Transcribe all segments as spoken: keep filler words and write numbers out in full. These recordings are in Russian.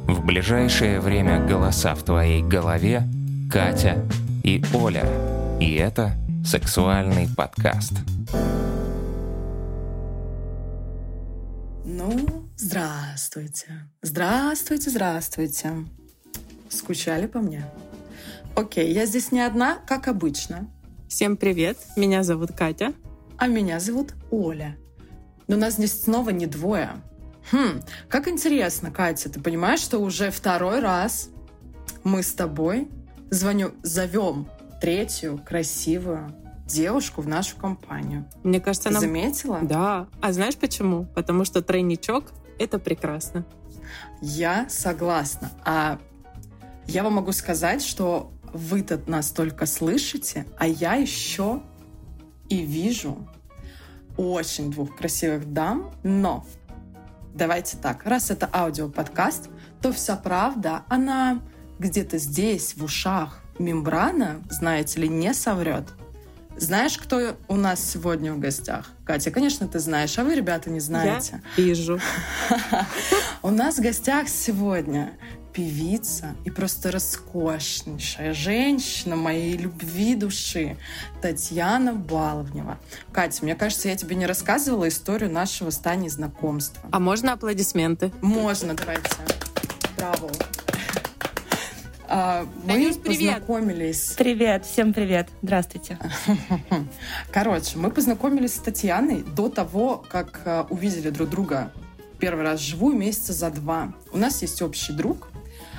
В ближайшее время голоса в твоей голове Катя и Оля. И это сексуальный подкаст. Ну, здравствуйте. Здравствуйте, здравствуйте. Скучали по мне? Окей, я здесь не одна, как обычно. Всем привет, меня зовут Катя. А меня зовут Оля. Но нас здесь снова не двое. Хм, как интересно, Катя, ты понимаешь, что уже второй раз мы с тобой звоню, зовем третью красивую девушку в нашу компанию. Мне кажется, ты нам... заметила? Да. А знаешь почему? Потому что тройничок — это прекрасно. Я согласна. А я вам могу сказать, что вы-то нас только слышите, а я еще и вижу очень двух красивых дам, но давайте так, раз это аудиоподкаст, то вся правда, она где-то здесь, в ушах. Мембрана, знаете ли, не соврет. Знаешь, кто у нас сегодня в гостях? Катя, конечно, ты знаешь, а вы, ребята, не знаете. Я вижу. У нас в гостях сегодня певица и просто роскошнейшая женщина моей любви души Татьяна Баловнева. Катя, мне кажется, я тебе не рассказывала историю нашего с Таней знакомства. А можно аплодисменты? Можно, давайте. Браво. Мы Танюш, привет. познакомились... Привет, всем привет. Здравствуйте. Короче, мы познакомились с Татьяной до того, как увидели друг друга первый раз вживую месяца за два. У нас есть общий друг,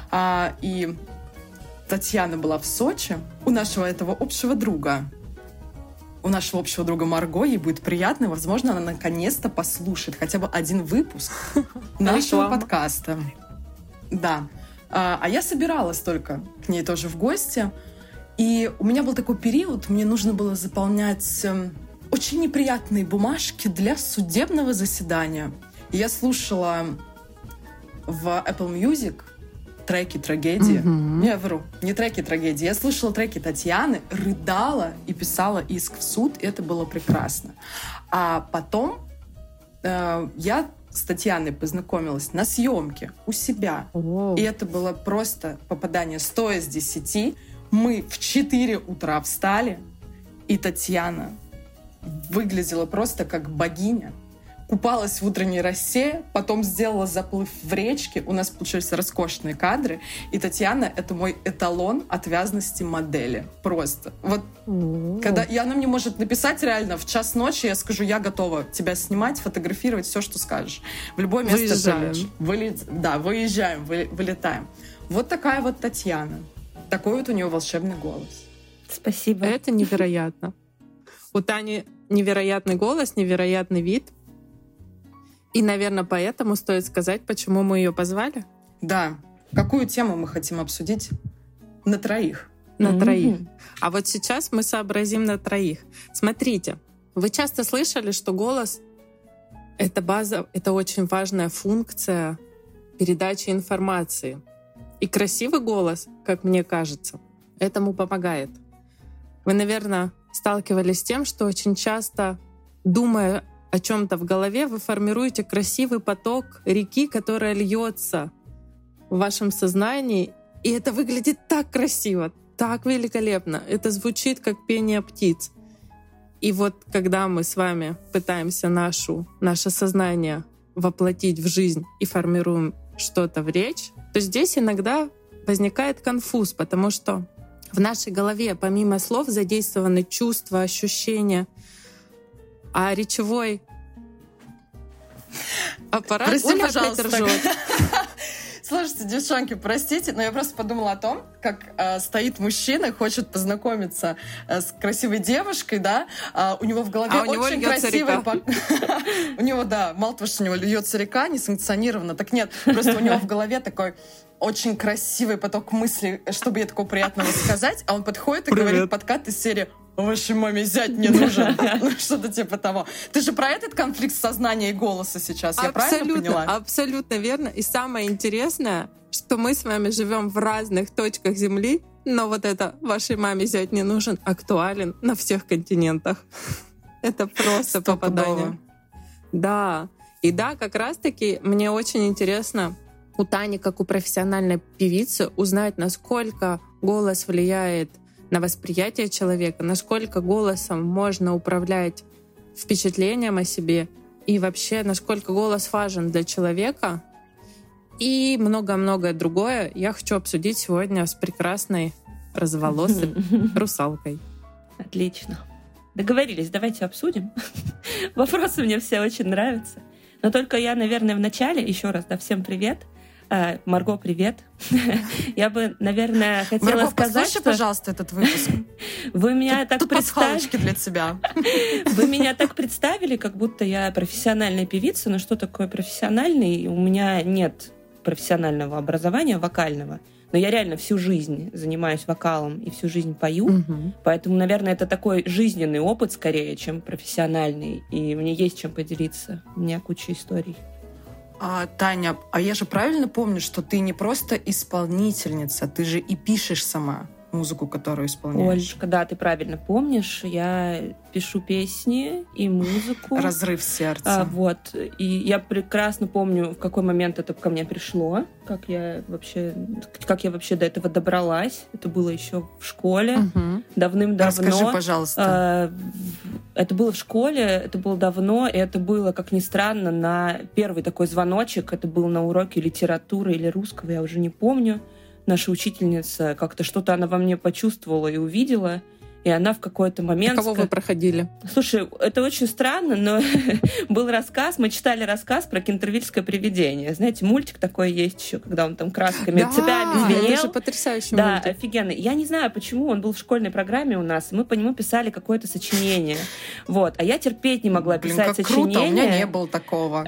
и Татьяна была в Сочи у нашего этого общего друга. У нашего общего друга Марго, ей будет приятно, возможно, она наконец-то послушает хотя бы один выпуск нашего подкаста. Да. А я собиралась только к ней тоже в гости. И у меня был такой период, мне нужно было заполнять очень неприятные бумажки для судебного заседания. И я слушала в Apple Music треки трагедии. Mm-hmm. Не, вру, не треки трагедии. Я слушала треки Татьяны, рыдала и писала иск в суд. И это было прекрасно. А потом э, я с Татьяной познакомилась на съемке у себя. Wow. И это было просто попадание сто из десяти. Мы в четыре утра встали, и Татьяна выглядела просто как богиня. Купалась в утренней росе, потом сделала заплыв в речке. У нас получились роскошные кадры. И Татьяна — это мой эталон отвязности модели. Просто. Вот mm-hmm. когда и она мне может написать реально в час ночи, я скажу, я готова тебя снимать, фотографировать, все, что скажешь. В любое место. Выезжаем. Выли... Да, выезжаем, вы... вылетаем. Вот такая вот Татьяна. Такой вот у нее волшебный голос. Спасибо. Это невероятно. У Тани невероятный голос, невероятный вид. И, наверное, поэтому стоит сказать, почему мы ее позвали. Да. Какую тему мы хотим обсудить? На троих. На Mm-hmm. троих. А вот сейчас мы сообразим на троих. Смотрите, вы часто слышали, что голос — это база, это очень важная функция передачи информации. И красивый голос, как мне кажется, этому помогает. Вы, наверное, сталкивались с тем, что очень часто, думая о чем-то в голове, вы формируете красивый поток реки, которая льется в вашем сознании. И это выглядит так красиво, так великолепно. Это звучит как пение птиц. И вот когда мы с вами пытаемся нашу, наше сознание воплотить в жизнь и формируем что-то в речь, то здесь иногда возникает конфуз, потому что в нашей голове помимо слов задействованы чувства, ощущения, а речевой аппарат... Прости, Оля пожалуйста. опять ржёт. Слушайте, девчонки, простите, но я просто подумала о том, как э, стоит мужчина и хочет познакомиться э, с красивой девушкой, да, э, у него в голове А у него очень льется красивый... река. У него, да, мало того, что у него льется река несанкционированно, так нет, просто у него в голове такой очень красивый поток мыслей, чтобы ей такого приятного сказать, а он подходит и Привет. говорит подкат из серии «Вашей маме зять не нужен». Ну, что-то типа того. Ты же про этот конфликт сознания и голоса сейчас, я правильно поняла? Абсолютно верно. И самое интересное, что мы с вами живем в разных точках Земли, но вот это «вашей маме зять не нужен» актуален на всех континентах. Это просто попадание. Да. И да, как раз-таки мне очень интересно у Тани, как у профессиональной певицы, узнать, насколько голос влияет на восприятие человека, насколько голосом можно управлять впечатлением о себе и вообще, насколько голос важен для человека. И много-многое другое я хочу обсудить сегодня с прекрасной разволосой русалкой. Отлично. Договорились, давайте обсудим. Вопросы мне все очень нравятся. Но только я, наверное, в начале, еще раз, да, всем привет. А, Марго, привет. Я бы, наверное, хотела Марго, сказать, послушай, что... пожалуйста, этот выпуск. Вы меня Тут, так тут представили... пасхалочки для тебя. Вы меня так представили, как будто я профессиональная певица. Но что такое профессиональный? У меня нет профессионального образования вокального. Но я реально всю жизнь занимаюсь вокалом и всю жизнь пою. Угу. Поэтому, наверное, это такой жизненный опыт скорее, чем профессиональный. И мне есть чем поделиться. У меня куча историй. А, Таня, а я же правильно помню, что ты не просто исполнительница, ты же и пишешь сама музыку, которую исполняешь. Олечка, да, ты правильно помнишь. Я пишу песни и музыку. Разрыв сердца. А, вот. И я прекрасно помню, в какой момент это ко мне пришло, как я вообще, как я вообще до этого добралась. Это было еще в школе, Угу. давным-давно. Расскажи, пожалуйста. А, это было в школе, это было давно, и это было, как ни странно, на первый такой звоночек. Это был на уроке литературы или русского, я уже не помню. Наша учительница, как-то что-то она во мне почувствовала и увидела, и она в какой-то момент... Кого вы проходили? Слушай, это очень странно, но был рассказ, мы читали рассказ про кентервильское привидение. Знаете, мультик такой есть еще, когда он там красками, Да, цветами звенел. это же потрясающий Да, мультик. офигенно. Я не знаю, почему он был в школьной программе у нас, и мы по нему писали какое-то сочинение. Вот. А я терпеть не могла Блин, писать как сочинение. круто, у меня не было такого.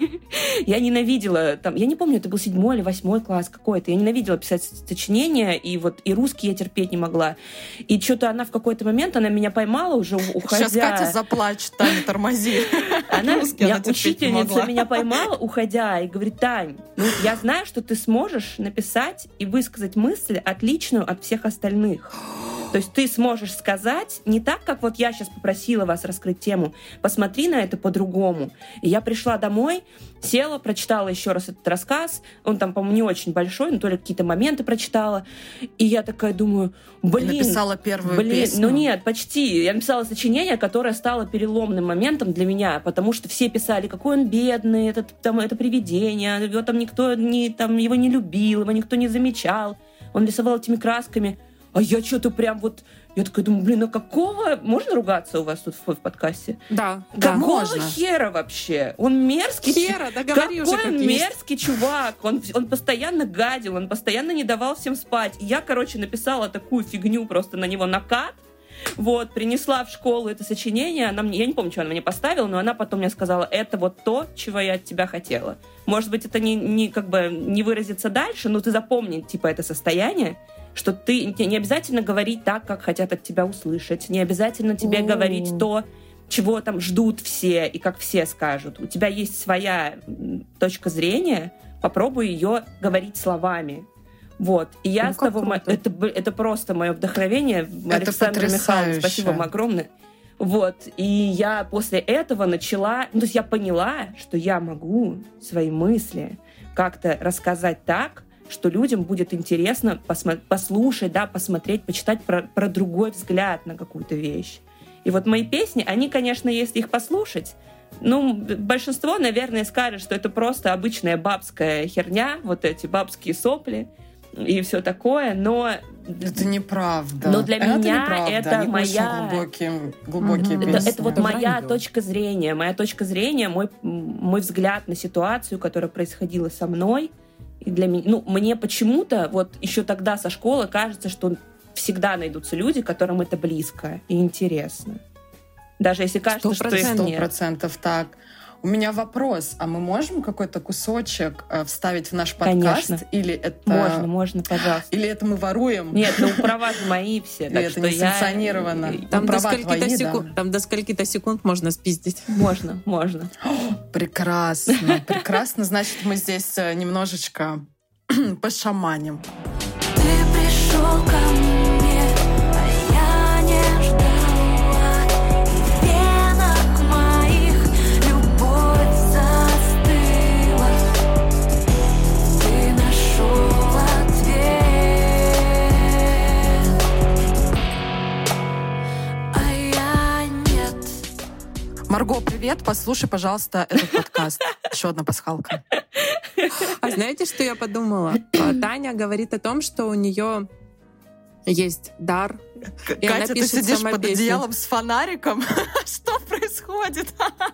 Я ненавидела, там, я не помню, это был седьмой или восьмой класс какой-то. Я ненавидела писать сочинения, и вот и русский я терпеть не могла. И что-то она в какой-то момент, она меня поймала уже уходя. Сейчас Катя заплачет, Таня, тормози. Она, Русский меня, она терпеть не учительница могла. меня поймала, уходя, и говорит: Тань, ну, я знаю, что ты сможешь написать и высказать мысль отличную от всех остальных. То есть ты сможешь сказать не так, как вот я сейчас попросила вас раскрыть тему. Посмотри на это по-другому. И я пришла домой, села, прочитала еще раз этот рассказ. Он там, по-моему, не очень большой, но то ли какие-то моменты прочитала. И я такая думаю, блин... Ты написала первую блин, песню? Ну нет, почти. Я написала сочинение, которое стало переломным моментом для меня, потому что все писали, какой он бедный, этот, там, это привидение, его там никто не, там, его не любил, его никто не замечал. Он рисовал этими красками. А я что-то прям вот... Я такая думаю, блин, а какого... Можно ругаться у вас тут в, в подкасте? Да, да. Какого можно. хера вообще? Он мерзкий... Хера, да говори уже, Какой как он есть. мерзкий чувак. Он, он постоянно гадил, он постоянно не давал всем спать. И я, короче, написала такую фигню просто на него накат. Вот, принесла в школу это сочинение. Она мне, я не помню, что она мне поставила, но она потом мне сказала, это вот то, чего я от тебя хотела. Может быть, это не, не, как бы, не выразится дальше, но ты запомни, типа, это состояние, что ты не обязательно говорить так, как хотят от тебя услышать, не обязательно тебе О. говорить то, чего там ждут все и как все скажут. У тебя есть своя точка зрения, попробуй ее говорить словами. Вот. И я Ну, с того... круто. Это, это просто мое вдохновение. Александра Михайловна, потрясающе. спасибо вам огромное. Вот. И я после этого начала... Ну, то есть я поняла, что я могу свои мысли как-то рассказать так, что людям будет интересно посмо- послушать, да, посмотреть, почитать про, про другой взгляд на какую-то вещь. И вот мои песни, они, конечно, если их послушать, ну, большинство, наверное, скажет, что это просто обычная бабская херня, вот эти бабские сопли и все такое, но... Это неправда. Но для это меня неправда. это Они моя- очень глубокие, глубокие Мгм. Это, песни. это вот Это моя вранье. точка зрения, моя точка зрения, мой, мой взгляд на ситуацию, которая происходила со мной. И для меня, ну, мне почему-то вот еще тогда со школы кажется, что всегда найдутся люди, которым это близко и интересно. Даже если кажется, что их Сто нет. процентов так. У меня вопрос. А мы можем какой-то кусочек э, вставить в наш подкаст? Конечно. Или это... Можно, можно, пожалуйста. Или это мы воруем? Нет, ну права же мои все. Или так это что не я- санкционировано? Там, Ну, до права скольки-то твои, секунд, да. там до скольки-то секунд можно спиздить. Можно, можно. Прекрасно, прекрасно. Значит, мы здесь э, немножечко пошаманим. Ты пришел ко мне, а я не ждала. И в венах моих любовь застыла. Ты привет, послушай, пожалуйста, этот подкаст. Еще одна пасхалка. А знаете, что я подумала? Таня говорит о том, что у нее есть дар. И Катя, ты сидишь под песню. одеялом с фонариком? Что происходит?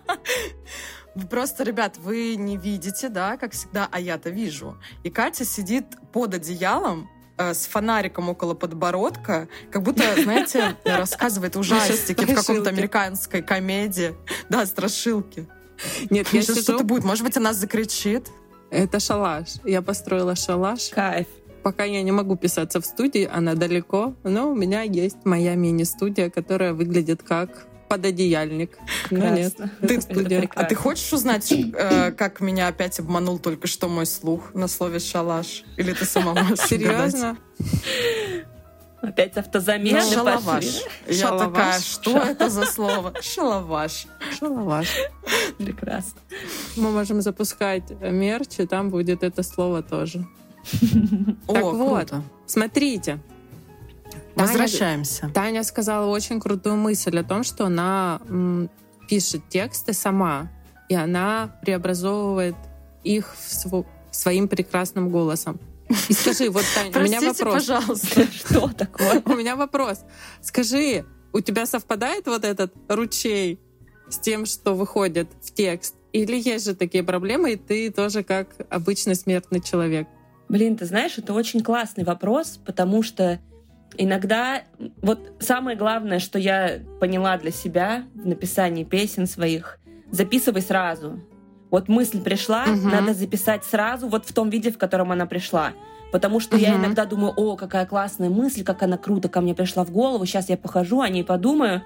Просто, ребят, вы не видите, да, как всегда, а я-то вижу. И Катя сидит под одеялом э, с фонариком около подбородка, как будто, знаете, рассказывает ужастики в каком-то американской комедии. Да, страшилки. Нет, я Сейчас сижу... что-то будет. Может быть, она закричит. Это шалаш. Я построила шалаш. Кайф. Пока я не могу писаться в студии, она далеко, но у меня есть моя мини-студия, которая выглядит как пододеяльник. Но нет, Ты, это студия. а ты хочешь узнать, э, как меня опять обманул только что мой слух на слове «шалаш»? Или ты сама можешь угадать? Серьезно? Опять автозамены Ну, шалаваш. пошли. Я Шалаваш. такая, что это за слово? Шалаваш. Шалаваш. Прекрасно. Мы можем запускать мерч, и там будет это слово тоже. О, Так вот, круто. смотрите. Таня- Возвращаемся. Таня сказала очень крутую мысль о том, что она м, пишет тексты сама, и она преобразовывает их в сво- своим прекрасным голосом. И скажи, вот, Таня, у меня Простите, вопрос. пожалуйста. Что такое? У меня вопрос. Скажи, у тебя совпадает вот этот ручей с тем, что выходит в текст? Или есть же такие проблемы, и ты тоже как обычный смертный человек? Блин, ты знаешь, это очень классный вопрос, потому что иногда вот самое главное, что я поняла для себя в написании песен своих, записывай сразу. Вот мысль пришла, Мгм. надо записать сразу, вот в том виде, в котором она пришла. Потому что я Мгм. иногда думаю, о, какая классная мысль, как она круто ко мне пришла в голову, сейчас я похожу, о ней подумаю,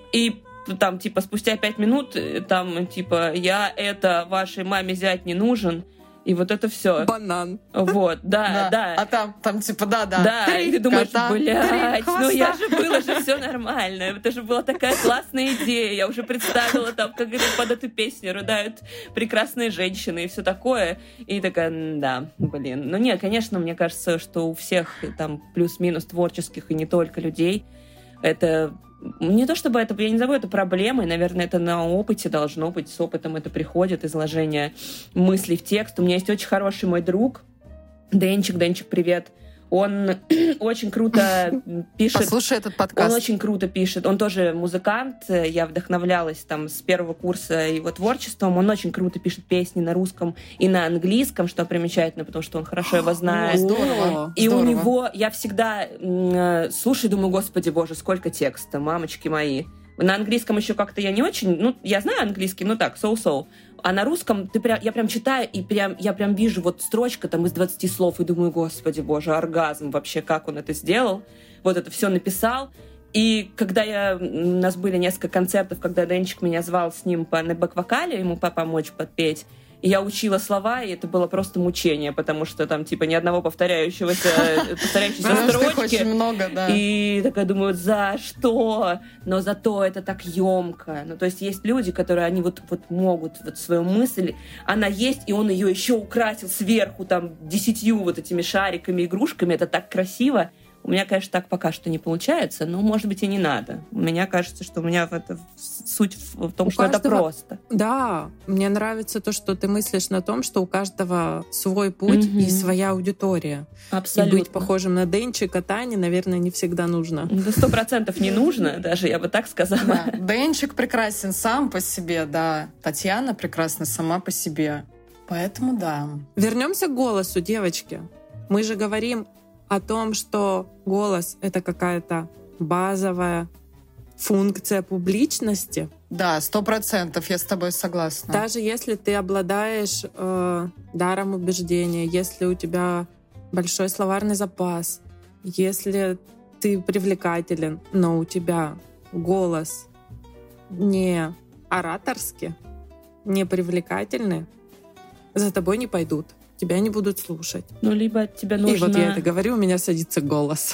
и там, типа, спустя пять минут, э, там, типа, я это вашей маме зять не нужен, и вот это все. Банан. Вот, да, да. А там, там типа, да-да. Да, Три и ты думаешь, кота, три блядь, ну хвоста. я же было же все нормально. Это же была такая классная идея. Я уже представила там, как это под эту песню рыдают прекрасные женщины и все такое. И такая, м, да, блин. Ну нет, конечно, мне кажется, что у всех там плюс-минус творческих и не только людей это... Не то чтобы это, я не назову это проблемой, наверное, это на опыте должно быть, с опытом это приходит, изложение мыслей в текст. У меня есть очень хороший мой друг, Денчик, Денчик, привет. Он очень круто пишет. Послушай этот Он подкаст. очень круто пишет. Он тоже музыкант. Я вдохновлялась там с первого курса его творчеством. Он очень круто пишет песни на русском и на английском, что примечательно, потому что он хорошо его знает. Здорово. И у здорово. него, я всегда м, э, слушаю, думаю, господи боже, сколько текста, мамочки мои. На английском еще как-то я не очень, ну, я знаю английский, ну так, so-so. А на русском ты прям, я прям читаю, и прям, я прям вижу вот строчка там из двадцати слов, и думаю, господи боже, оргазм вообще, как он это сделал. Вот это все написал. И когда я, у нас были несколько концертов, когда Денчик меня звал с ним по, на бэк-вокале, ему помочь подпеть, и я учила слова, и это было просто мучение, потому что там типа ни одного повторяющегося, повторяющейся Потому что их строчки. очень много, да. И такая думаю, за что? Но зато это так емко. Ну, то есть есть люди, которые они вот, вот могут вот свою мысль, она есть, и он ее еще украсил сверху там десятью вот этими шариками, игрушками. Это так красиво. У меня, конечно, так пока что не получается, но, может быть, и не надо. Мне кажется, что у меня в это, суть в том, У что каждого- это просто. Да, мне нравится то, что ты мыслишь на том, что у каждого свой путь Мгм. и своя аудитория. Абсолютно. И быть похожим на Денчика, Тани, наверное, не всегда нужно. Да сто процентов не нужно, даже я бы так сказала. Да. Денчик прекрасен сам по себе, да. Татьяна прекрасна сама по себе. Поэтому да. Вернемся к голосу, девочки. Мы же говорим о том, что голос — это какая-то базовая функция публичности. Да, сто процентов я с тобой согласна. Даже если ты обладаешь э, даром убеждения, если у тебя большой словарный запас, если ты привлекателен, но у тебя голос не ораторский, не привлекательный, за тобой не пойдут, тебя не будут слушать. Ну, либо тебе нужно... И вот я это говорю, у меня садится голос.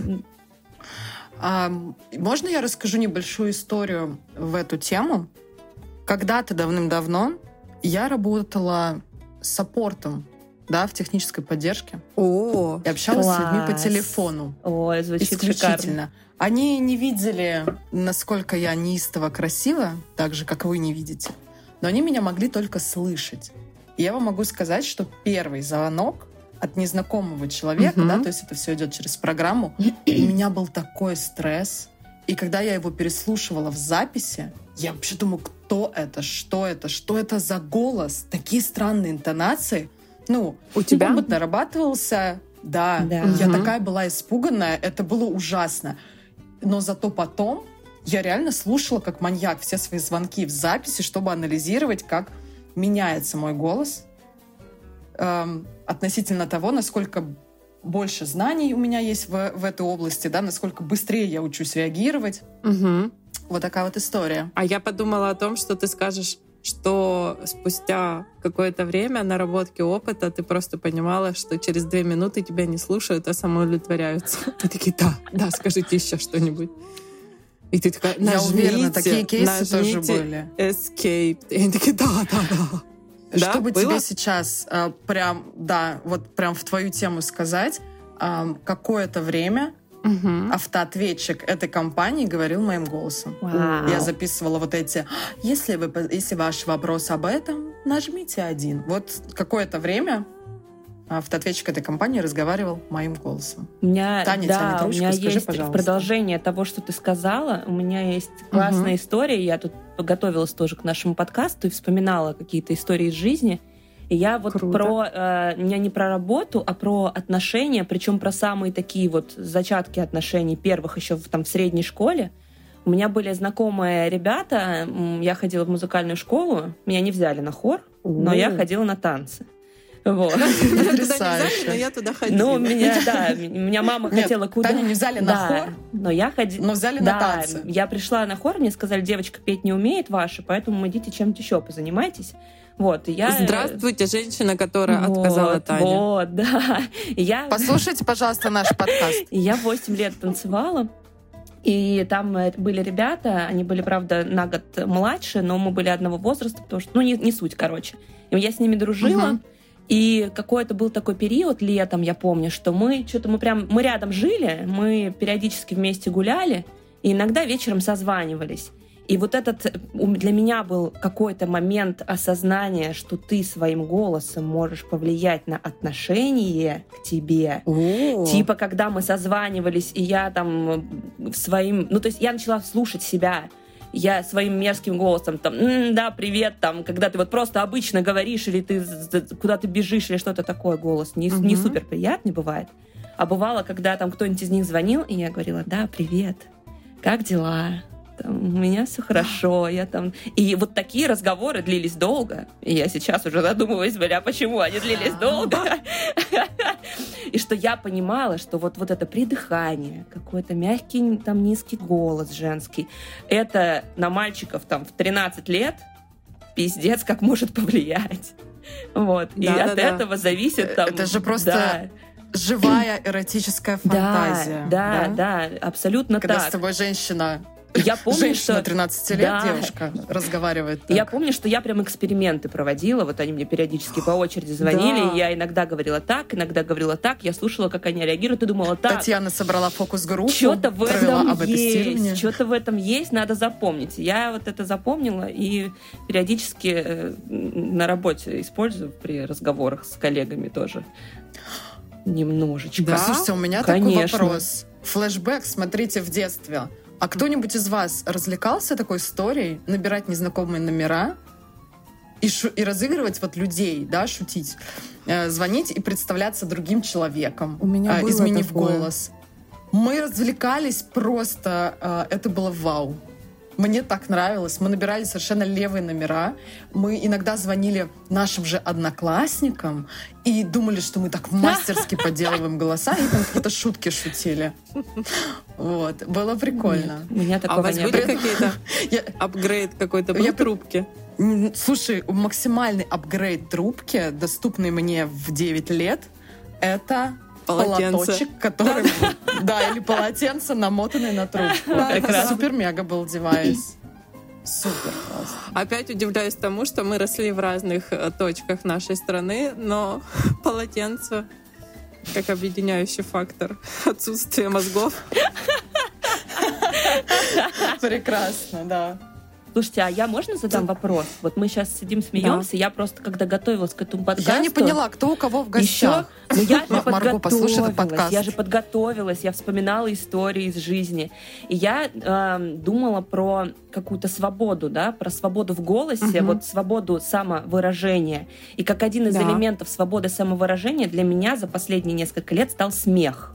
А, можно я расскажу небольшую историю в эту тему? Когда-то давным-давно я работала саппортом да, в технической поддержке. О, И общалась класс. с людьми по телефону. Ой, звучит Исключительно. шикарно. Они не видели, насколько я неистово красива, так же, как вы не видите. Но они меня могли только слышать. И я вам могу сказать, что первый звонок от незнакомого человека, Мгм. да, то есть это все идет через программу, у меня был такой стресс. И когда я его переслушивала в записи, я вообще думаю, кто это, что это, что это за голос, такие странные интонации. Ну, у тебя? опыт нарабатывался, да. Да. Я Мгм. такая была испуганная, это было ужасно. Но зато потом я реально слушала как маньяк все свои звонки в записи, чтобы анализировать, как меняется мой голос эм, относительно того, насколько больше знаний у меня есть в, в этой области, да, насколько быстрее я учусь реагировать. Мгм. Вот такая вот история. А я подумала о том, что ты скажешь, что спустя какое-то время наработки опыта ты просто понимала, что через две минуты тебя не слушают, а самоудовлетворяются. И такие, да, да, скажите еще что-нибудь. И ты такая, Я нажмите, уверена, такие кейсы тоже нажмите были. Escape. И они такие, да, да, да. Да, Чтобы было? тебе сейчас э, прям, да, вот прям в твою тему сказать, э, какое-то время Мгм. автоответчик этой компании говорил моим голосом. Вау. Я записывала вот эти, если, вы, если ваш вопрос об этом, нажмите один. Вот какое-то время автоответчик этой компании разговаривал моим голосом. У меня, Таня да, тянет у ручку, меня скажи, есть пожалуйста. продолжение того, что ты сказала. У меня есть классная Мгм. история. Я тут готовилась тоже к нашему подкасту и вспоминала какие-то истории из жизни. И я вот Круто. про, э, не, не про работу, а про отношения, причем про самые такие вот зачатки отношений, первых еще в, там, в средней школе. У меня были знакомые ребята, м, я ходила в музыкальную школу, меня не взяли на хор, но О. я ходила на танцы. Вот. Меня туда не Потрясающе. взяли, но я туда ходила. Ну, меня, да, м- меня мама Нет, хотела куда... Таню не взяли на Да, хор, но я ходила... но взяли Да, на танцы. я пришла на хор, мне сказали, девочка петь не умеет ваша, поэтому идите чем-то еще позанимайтесь. Вот, и я... Здравствуйте, женщина, которая Вот, отказала Тане. Вот, да. И я... Послушайте, пожалуйста, наш подкаст. И я восемь лет танцевала, и там э, были ребята, они были, правда, на год младше, но мы были одного возраста, потому что, ну, не, не суть, короче. И я с ними дружила, Мгм. и какой-то был такой период летом, я помню, что мы что-то мы прям, мы рядом жили, мы периодически вместе гуляли, и иногда вечером созванивались. И вот этот э, у- для меня был какой-то момент осознания, что ты своим голосом можешь повлиять на отношение к тебе. О. Типа, когда мы созванивались, и я там э, своим... Ну, то есть я начала слушать себя. Я своим мерзким голосом там, «М, да, привет, там, когда ты вот просто обычно говоришь, или ты з- куда-то бежишь, или что-то такое, голос не, не Мгм. супер приятный бывает. А бывало, когда там кто-нибудь из них звонил, и я говорила, да, привет, как дела? Там, у меня все хорошо, я там... И вот такие разговоры длились долго. И я сейчас уже задумываюсь, бля, почему они длились долго? И что я понимала, что вот, вот это придыхание, какой-то мягкий, там, низкий голос женский, это на мальчиков там в тринадцать лет пиздец как может повлиять. Вот. И Да, от да, да. этого зависит там... Это же просто Да. живая эротическая фантазия. Да, да, да, абсолютно Когда так. с тобой женщина, Я помню, женщина что... тринадцати лет, Да. девушка, разговаривает так. Я помню, что я прям эксперименты проводила, вот они мне периодически по очереди звонили, Да. и я иногда говорила так, иногда говорила так, я слушала, как они реагируют, и думала, так, Татьяна собрала фокус-группу, что-то в провела этом об тестировании. есть, что-то в этом есть, надо запомнить. Я вот это запомнила и периодически э, на работе использую при разговорах с коллегами тоже. Немножечко. Да? Слушайте, у меня Конечно. такой вопрос. Флэшбэк, смотрите, в детстве. А кто-нибудь из вас развлекался такой историей, набирать незнакомые номера и, шу- и разыгрывать вот людей, да, шутить, э, звонить и представляться другим человеком, У меня э, было изменив такое. голос? Мы развлекались просто, э, это было вау. Мне так нравилось. Мы набирали совершенно левые номера. Мы иногда звонили нашим же одноклассникам и думали, что мы так мастерски подделываем голоса, и там какие-то шутки шутили. Вот. Было прикольно. У меня А у такого вас не были было. какие-то Я- апгрейд какой-то был Я- в трубке? М, Слушай, максимальный апгрейд трубки, доступный мне в девять лет, это Полотенце. полоточек, который... Да, или полотенце, намотанное на трубку. Как Это раз. супер-мега был девайс. Супер классно. Опять удивляюсь тому, что мы росли в разных э, точках нашей страны, но полотенце как объединяющий фактор отсутствия мозгов. Прекрасно, да. Слушайте, а я можно задам вопрос? Вот мы сейчас сидим, смеемся, да. Я просто, когда готовилась к этому подкасту... Я не поняла, кто у кого в гостях. Еще, ну, я же Марго, послушай этот подкаст. Я же подготовилась, я вспоминала истории из жизни. И я э, думала про какую-то свободу, да, про свободу в голосе, угу. вот свободу самовыражения. И как один из да. элементов свободы самовыражения для меня за последние несколько лет стал смех.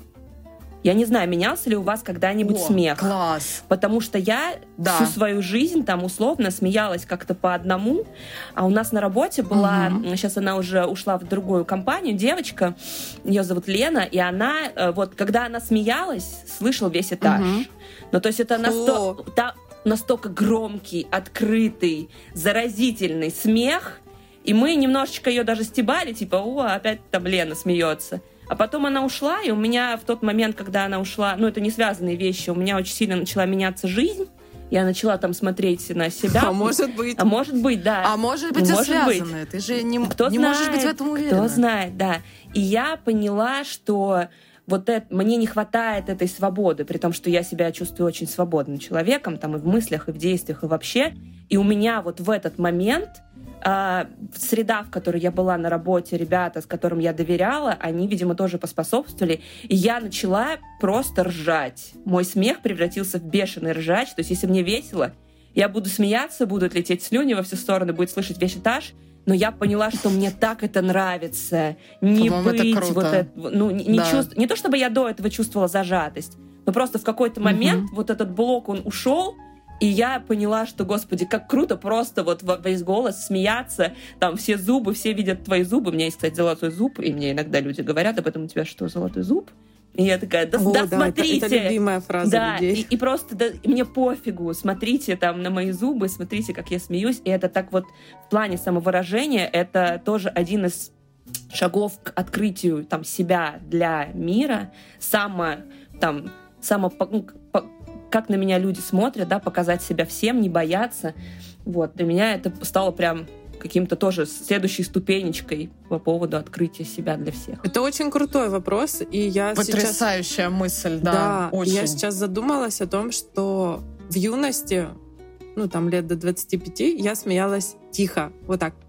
Я не знаю, менялся ли у вас когда-нибудь О, смех. Класс. Потому что я да. всю свою жизнь там условно смеялась как-то по одному. А у нас на работе была, угу. сейчас она уже ушла в другую компанию, девочка, ее зовут Лена, и она, вот когда она смеялась, слышал весь этаж. Угу. Ну, то есть это настолько, та, настолько громкий, открытый, заразительный смех, и мы немножечко ее даже стебали, типа, о, опять там Лена смеется. А потом она ушла, и у меня в тот момент, когда она ушла, ну, это не связанные вещи, у меня очень сильно начала меняться жизнь. Я начала там смотреть на себя. А может быть. А может быть, да. А может быть, может и связанное. Ты же не, кто не знает, можешь быть в этом уверена. Кто знает, да. И я поняла, что вот это, мне не хватает этой свободы, при том, что я себя чувствую очень свободным человеком, там и в мыслях, и в действиях, и вообще. И у меня вот в этот момент... А, среда, в которой я была на работе, ребята, с которым я доверяла, они, видимо, тоже поспособствовали. И я начала просто ржать. Мой смех превратился в бешеный ржач. То есть, если мне весело, я буду смеяться, будут лететь слюни во все стороны, будет слышать весь этаж. Но я поняла, что мне так это нравится. Не По-моему, быть это круто. вот это, ну, не, не, да. чувств... не то, чтобы я до этого чувствовала зажатость, но просто в какой-то момент mm-hmm. вот этот блок, он ушел. И я поняла, что, господи, как круто просто вот во весь голос смеяться, там все зубы, все видят твои зубы. У меня есть, кстати, золотой зуб, и мне иногда люди говорят об этом: у тебя что, золотой зуб? И я такая, да, О, да, да смотрите. Это, это любимая фраза да, людей. И, и просто да, мне пофигу, смотрите там на мои зубы, смотрите, как я смеюсь. И это так вот в плане самовыражения, это тоже один из шагов к открытию там себя для мира, само, там, само... как на меня люди смотрят, да, показать себя всем, не бояться. Вот. Для меня это стало прям каким-то тоже следующей ступенечкой по поводу открытия себя для всех. Это очень крутой вопрос, и я Потрясающая сейчас... мысль, да, да очень. Я сейчас задумалась о том, что в юности, ну, там, лет до двадцати пяти, я смеялась тихо, вот так.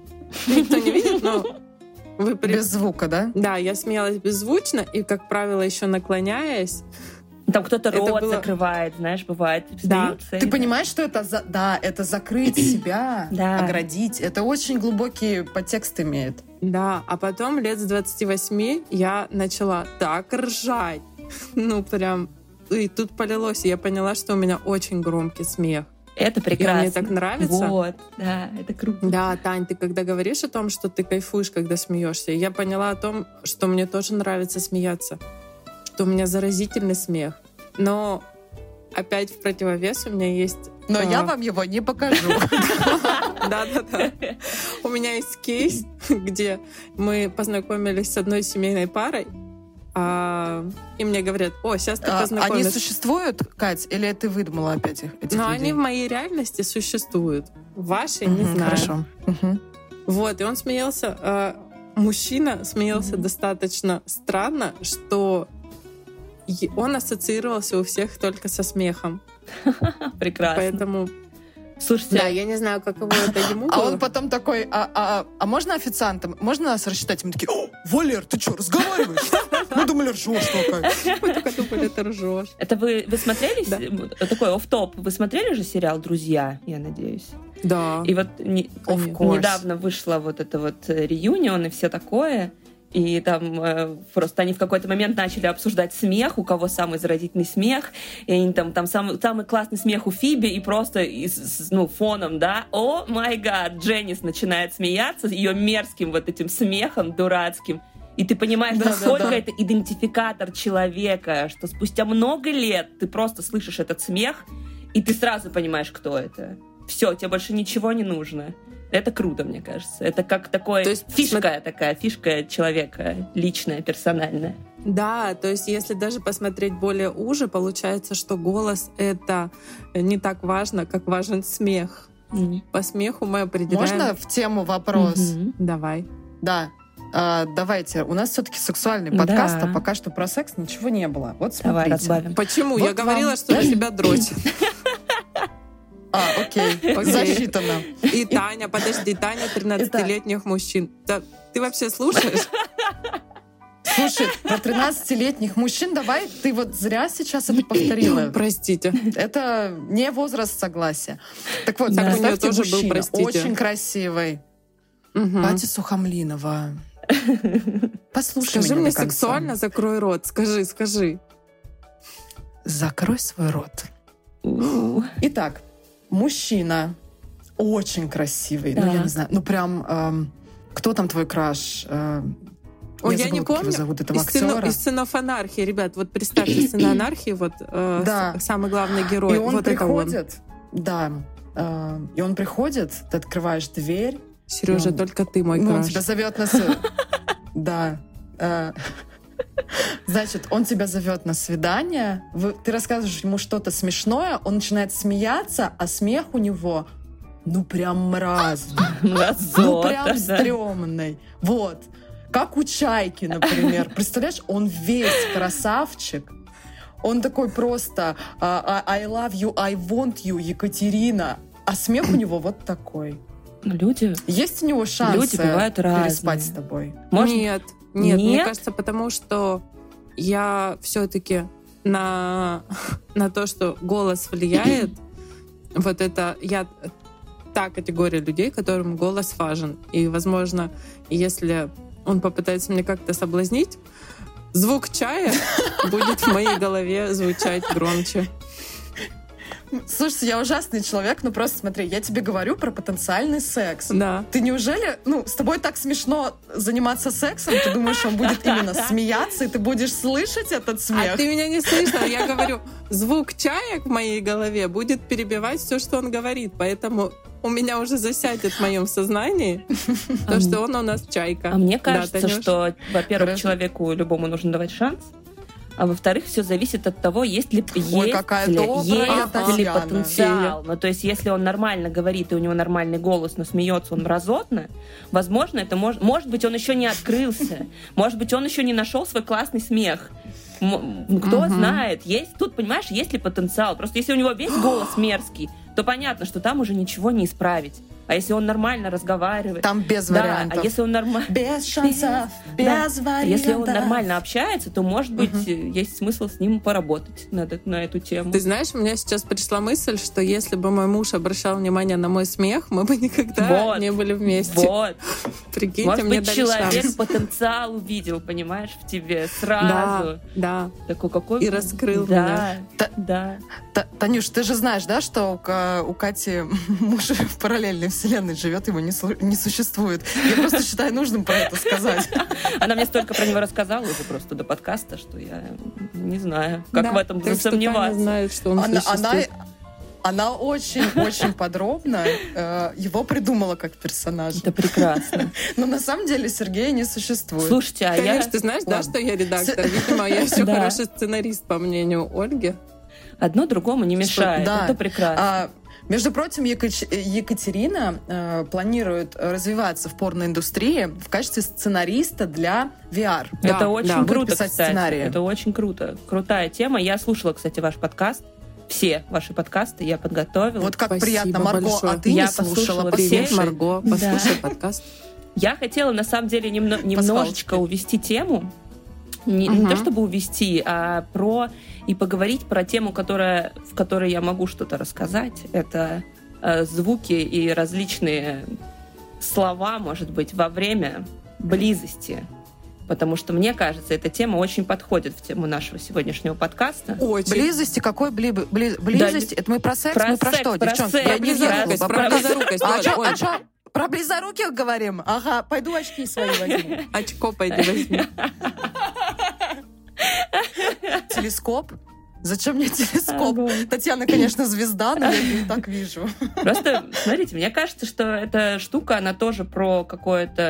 Никто не видит, но... Вы при... Без звука, да? Да, я смеялась беззвучно, и, как правило, еще наклоняясь. Там кто-то рот было... закрывает, знаешь, бывает. Да. Ты понимаешь, что это, за... да, это закрыть себя, да. оградить. Это очень глубокий подтекст имеет. Да, а потом лет с двадцати восьми я начала так ржать. Ну, прям... И тут полилось, и я поняла, что у меня очень громкий смех. Это прекрасно. И мне так нравится. Вот, да, это круто. Да, Тань, ты когда говоришь о том, что ты кайфуешь, когда смеешься, я поняла о том, что мне тоже нравится смеяться. Что у меня заразительный смех. Но опять в противовес у меня есть... Но а... я вам его не покажу. Да-да-да. У меня есть кейс, где мы познакомились с одной семейной парой, и мне говорят: о, сейчас ты познакомилась. Они существуют, Кать, или ты выдумала опять их? Но они в моей реальности существуют. В вашей не знаю. Хорошо. Вот, и он смеялся... Мужчина смеялся достаточно странно, что он ассоциировался у всех только со смехом. Прекрасно. Поэтому... Слушайте, да, я не знаю, каково это ему было. А он потом такой: а, а, а можно официантом? Можно нас рассчитать? Мы такие: о, Валер, ты что, разговариваешь? Мы думали, ржешь такая. Мы только думали, ты ржешь. Это вы, вы смотрели, да. Такой офф-топ, вы смотрели же сериал «Друзья», я надеюсь? Да. И вот не, недавно вышла вот это вот реюнион и все такое. И там э, просто они в какой-то момент начали обсуждать смех, у кого самый заразительный смех, и они там, там самый, самый классный смех у Фиби, и просто и с, ну, фоном, да, о май гад, Дженнис начинает смеяться ее мерзким вот этим смехом дурацким. И ты понимаешь, да, насколько да, да. это идентификатор человека, что спустя много лет ты просто слышишь этот смех, и ты сразу понимаешь, кто это. Все, тебе больше ничего не нужно. Это круто, мне кажется. Это как такой... То есть, фишка смотри... такая, фишка человека, личная, персональная. Да, то есть если даже посмотреть более уже, получается, что голос — это не так важно, как важен смех. Мгм. По смеху мы определяем... Можно в тему вопрос? Мгм. Давай. Да. А, давайте. У нас все-таки сексуальный Да. подкаст, а пока что про секс ничего не было. Вот Давай смотрите. разбавим. Почему? Вот Я говорила, вам. что на себя дрочит. А, окей. Окей. Засчитано. И Таня, подожди, Таня тринадцатилетних мужчин. Да, ты вообще слушаешь? Слушай, про тринадцатилетних мужчин давай, ты вот зря сейчас это повторила. Простите. Это не возраст согласия. Так вот, Так у неё представьте, тоже был, мужчина, простите. очень красивый. Мгм. Катя Сухомлинова. Послушай Скажи меня мне до конца. сексуально, закрой рот. Скажи, скажи. Закрой свой рот. У. Итак, мужчина очень красивый. Ну, Да. я не знаю, ну прям... эм, кто там твой краш? Э, Ой, я забыла, не как его помню. зовут этого Из, сыну- актера. из сынов анархии, ребят, вот представьте, сыны анархии, вот э, Да. с- самый главный герой. И он вот это он. приходит, да, э, и он приходит, ты открываешь дверь, Сережа, И он- только ты мой ну, он краш. тебя зовет на... с- Да. э, Значит, он тебя зовет на свидание, вы- ты рассказываешь ему что-то смешное, он начинает смеяться, а смех у него, ну, прям мразный. Ну, Мразота, прям да. стрёмный. Вот. Как у Чайки, например. Представляешь, он весь красавчик. Он такой просто а, а, I love you, I want you, Екатерина. А смех у него вот такой. Ну, люди... Есть у него шанс Люди бывают переспать разные. с тобой? Может, Нет, нет, мне Нет? кажется, потому что я все-таки на, на то, что голос влияет, вот это я та категория людей, которым голос важен. И, возможно, если он попытается меня как-то соблазнить, звук чая будет в моей голове звучать громче. Слушайте, я ужасный человек, но просто смотри, я тебе говорю про потенциальный секс. Да. Ты неужели, ну, с тобой так смешно заниматься сексом, ты думаешь, он будет именно смеяться, и ты будешь слышать этот смех? А ты меня не слышала. Я говорю, звук чая в моей голове будет перебивать все, что он говорит. Поэтому у меня уже засядет в моем сознании то, что он у нас чайка. А мне Да, кажется, Танюш? что, во-первых, Хорошо. человеку любому нужно давать шанс, а во-вторых, все зависит от того, есть ли, Ой, есть какая ли, добрая есть ли Татьяна. потенциал. Ну, то есть, если он нормально говорит, и у него нормальный голос, но смеется он мразотно, возможно, это может... Может быть, он еще не открылся. Может быть, он еще не нашел свой классный смех. М- ну, Кто Мгм. знает, есть тут, понимаешь, есть ли потенциал. Просто если у него весь голос мерзкий, то понятно, что там уже ничего не исправить. А если он нормально разговаривает... Там без да, вариантов. а если он нормально... Без шансов, без Да. вариантов. Если он нормально общается, то, может быть, есть смысл с ним поработать над, э- на эту тему. Ты знаешь, у меня сейчас пришла мысль, что если бы мой муж обращал внимание на мой смех, мы бы никогда Вот. не были вместе. Вот. Прикиньте, Может мне быть, дали человек шанс. потенциал увидел, понимаешь, в тебе сразу. Да, да. Такой какой... И раскрыл да, Та- да. Та- Танюш, ты же знаешь, да, что у, Ка- у Кати муж в параллельной вселенной живет, его не, слу- не существует. Я просто считаю нужным про это сказать. Она мне столько про него рассказала уже просто до подкаста, что я не знаю, как Да, в этом так что Таня засомневаться. знает, что он Она, она, существует. она очень-очень подробно э, его придумала как персонажа. Это прекрасно. Но на самом деле Сергея не существует. Слушайте, а Конечно, я... ты знаешь, да, Ладно. что я редактор? Видимо, я еще Да. хороший сценарист, по мнению Ольги. Одно другому не мешает. да. Это прекрасно. А, между прочим, Екач- Екатерина э, планирует развиваться в порноиндустрии в качестве сценариста для ви ар. Да, Это очень да. круто, Будет писать кстати. сценарии. Это очень круто. Крутая тема. Я слушала, кстати, ваш подкаст. Все ваши подкасты я подготовила. Вот как Спасибо приятно, Марго, большое. а ты Я не слушала. послушала Привет, все. Марго. Да. Послушай подкаст. Я хотела, на самом деле, немно- немножечко увести тему. Не, не Мгм. то чтобы увести, а про и поговорить про тему, которая, в которой я могу что-то рассказать. Это э, звуки и различные слова, может быть, во время близости. Потому что, мне кажется, эта тема очень подходит в тему нашего сегодняшнего подкаста. Очень. Близости, какой бли- бли- близости? Это мы про секс? Про мы про секс, что, про девчонки? секс. Про Про близорукость, близорукость. про близорукость. А Оль, чё- Оль, а чё? Про близоруких говорим? Ага, пойду очки свои возьму. очко пойди возьми. Телескоп? Зачем мне телескоп? Огонь. Татьяна, конечно, звезда, но я ее не так вижу. Просто, смотрите, мне кажется, что эта штука, она тоже про какое-то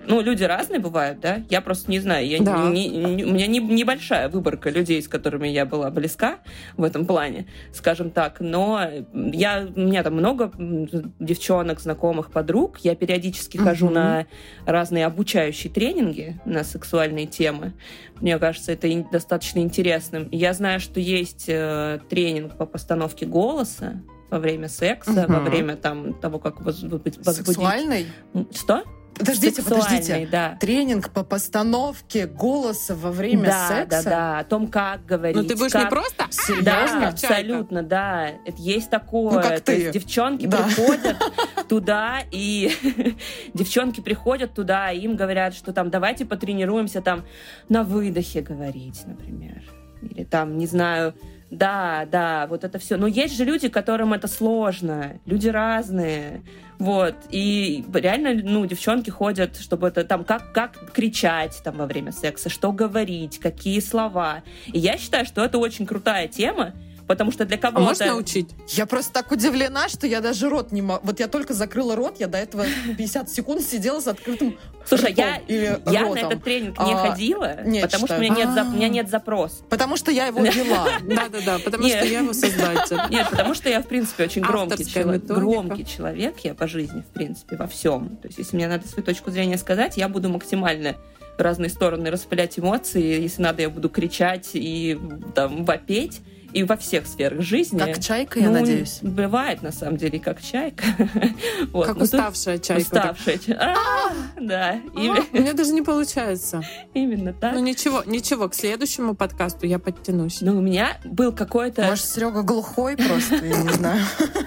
Ну, люди разные бывают, да? Я просто не знаю. Я Да. не, не, у меня не, небольшая выборка людей, с которыми я была близка в этом плане, скажем так. Но я, у меня там много девчонок, знакомых, подруг. Я периодически Мгм. хожу на разные обучающие тренинги на сексуальные темы. Мне кажется, это ин- достаточно интересным. Я знаю, что есть э, тренинг по постановке голоса во время секса, во Мгм. время там, того, как воз- возбудить... Сексуальный? Что? Подождите, Сексуальный, подождите. да. Тренинг по постановке голоса во время да, секса? Да, да, о том, как говорить. Ну ты будешь как... не просто... Серьезно? Да, как чайка. абсолютно, да. Это есть такое. Ну, как То ты. есть девчонки Да. приходят туда, и девчонки приходят туда, и им говорят, что там давайте потренируемся там на выдохе говорить, например. Или там, не знаю, да, да, вот это все. Но есть же люди, которым это сложно. Люди разные. Вот. И реально, ну, девчонки ходят, чтобы это там, как, как кричать там во время секса, что говорить, какие слова. И я считаю, что это очень крутая тема, потому что для А кого-то... можешь научить? Я просто так удивлена, что я даже рот не могу. Вот я только закрыла рот, я до этого пятьдесят секунд сидела с открытым Слушай, ртом я, или я на ротом. этот тренинг не А, ходила, нет, потому что у считаю. меня нет, за- А. у меня нет запроса. Потому что я его вела. Да-да-да, потому Нет. что я его создатель. Нет, потому что я, в принципе, очень громкий Авторская человек. методика. Громкий человек я по жизни, в принципе, во всем. То есть, если мне надо свою точку зрения сказать, я буду максимально в разные стороны распылять эмоции. Если надо, я буду кричать и там вопеть. И во всех сферах жизни. Как чайка, я Ну, надеюсь. Бывает, на самом деле, как чайка. Вот. Как Ну, тут уставшая чайка. так. Уставшая чайка. А, Да, именно- У меня даже не получается. именно так. Ну ничего, ничего, к следующему подкасту я подтянусь. Но у меня был какой-то... Может, Серега глухой просто, я не знаю.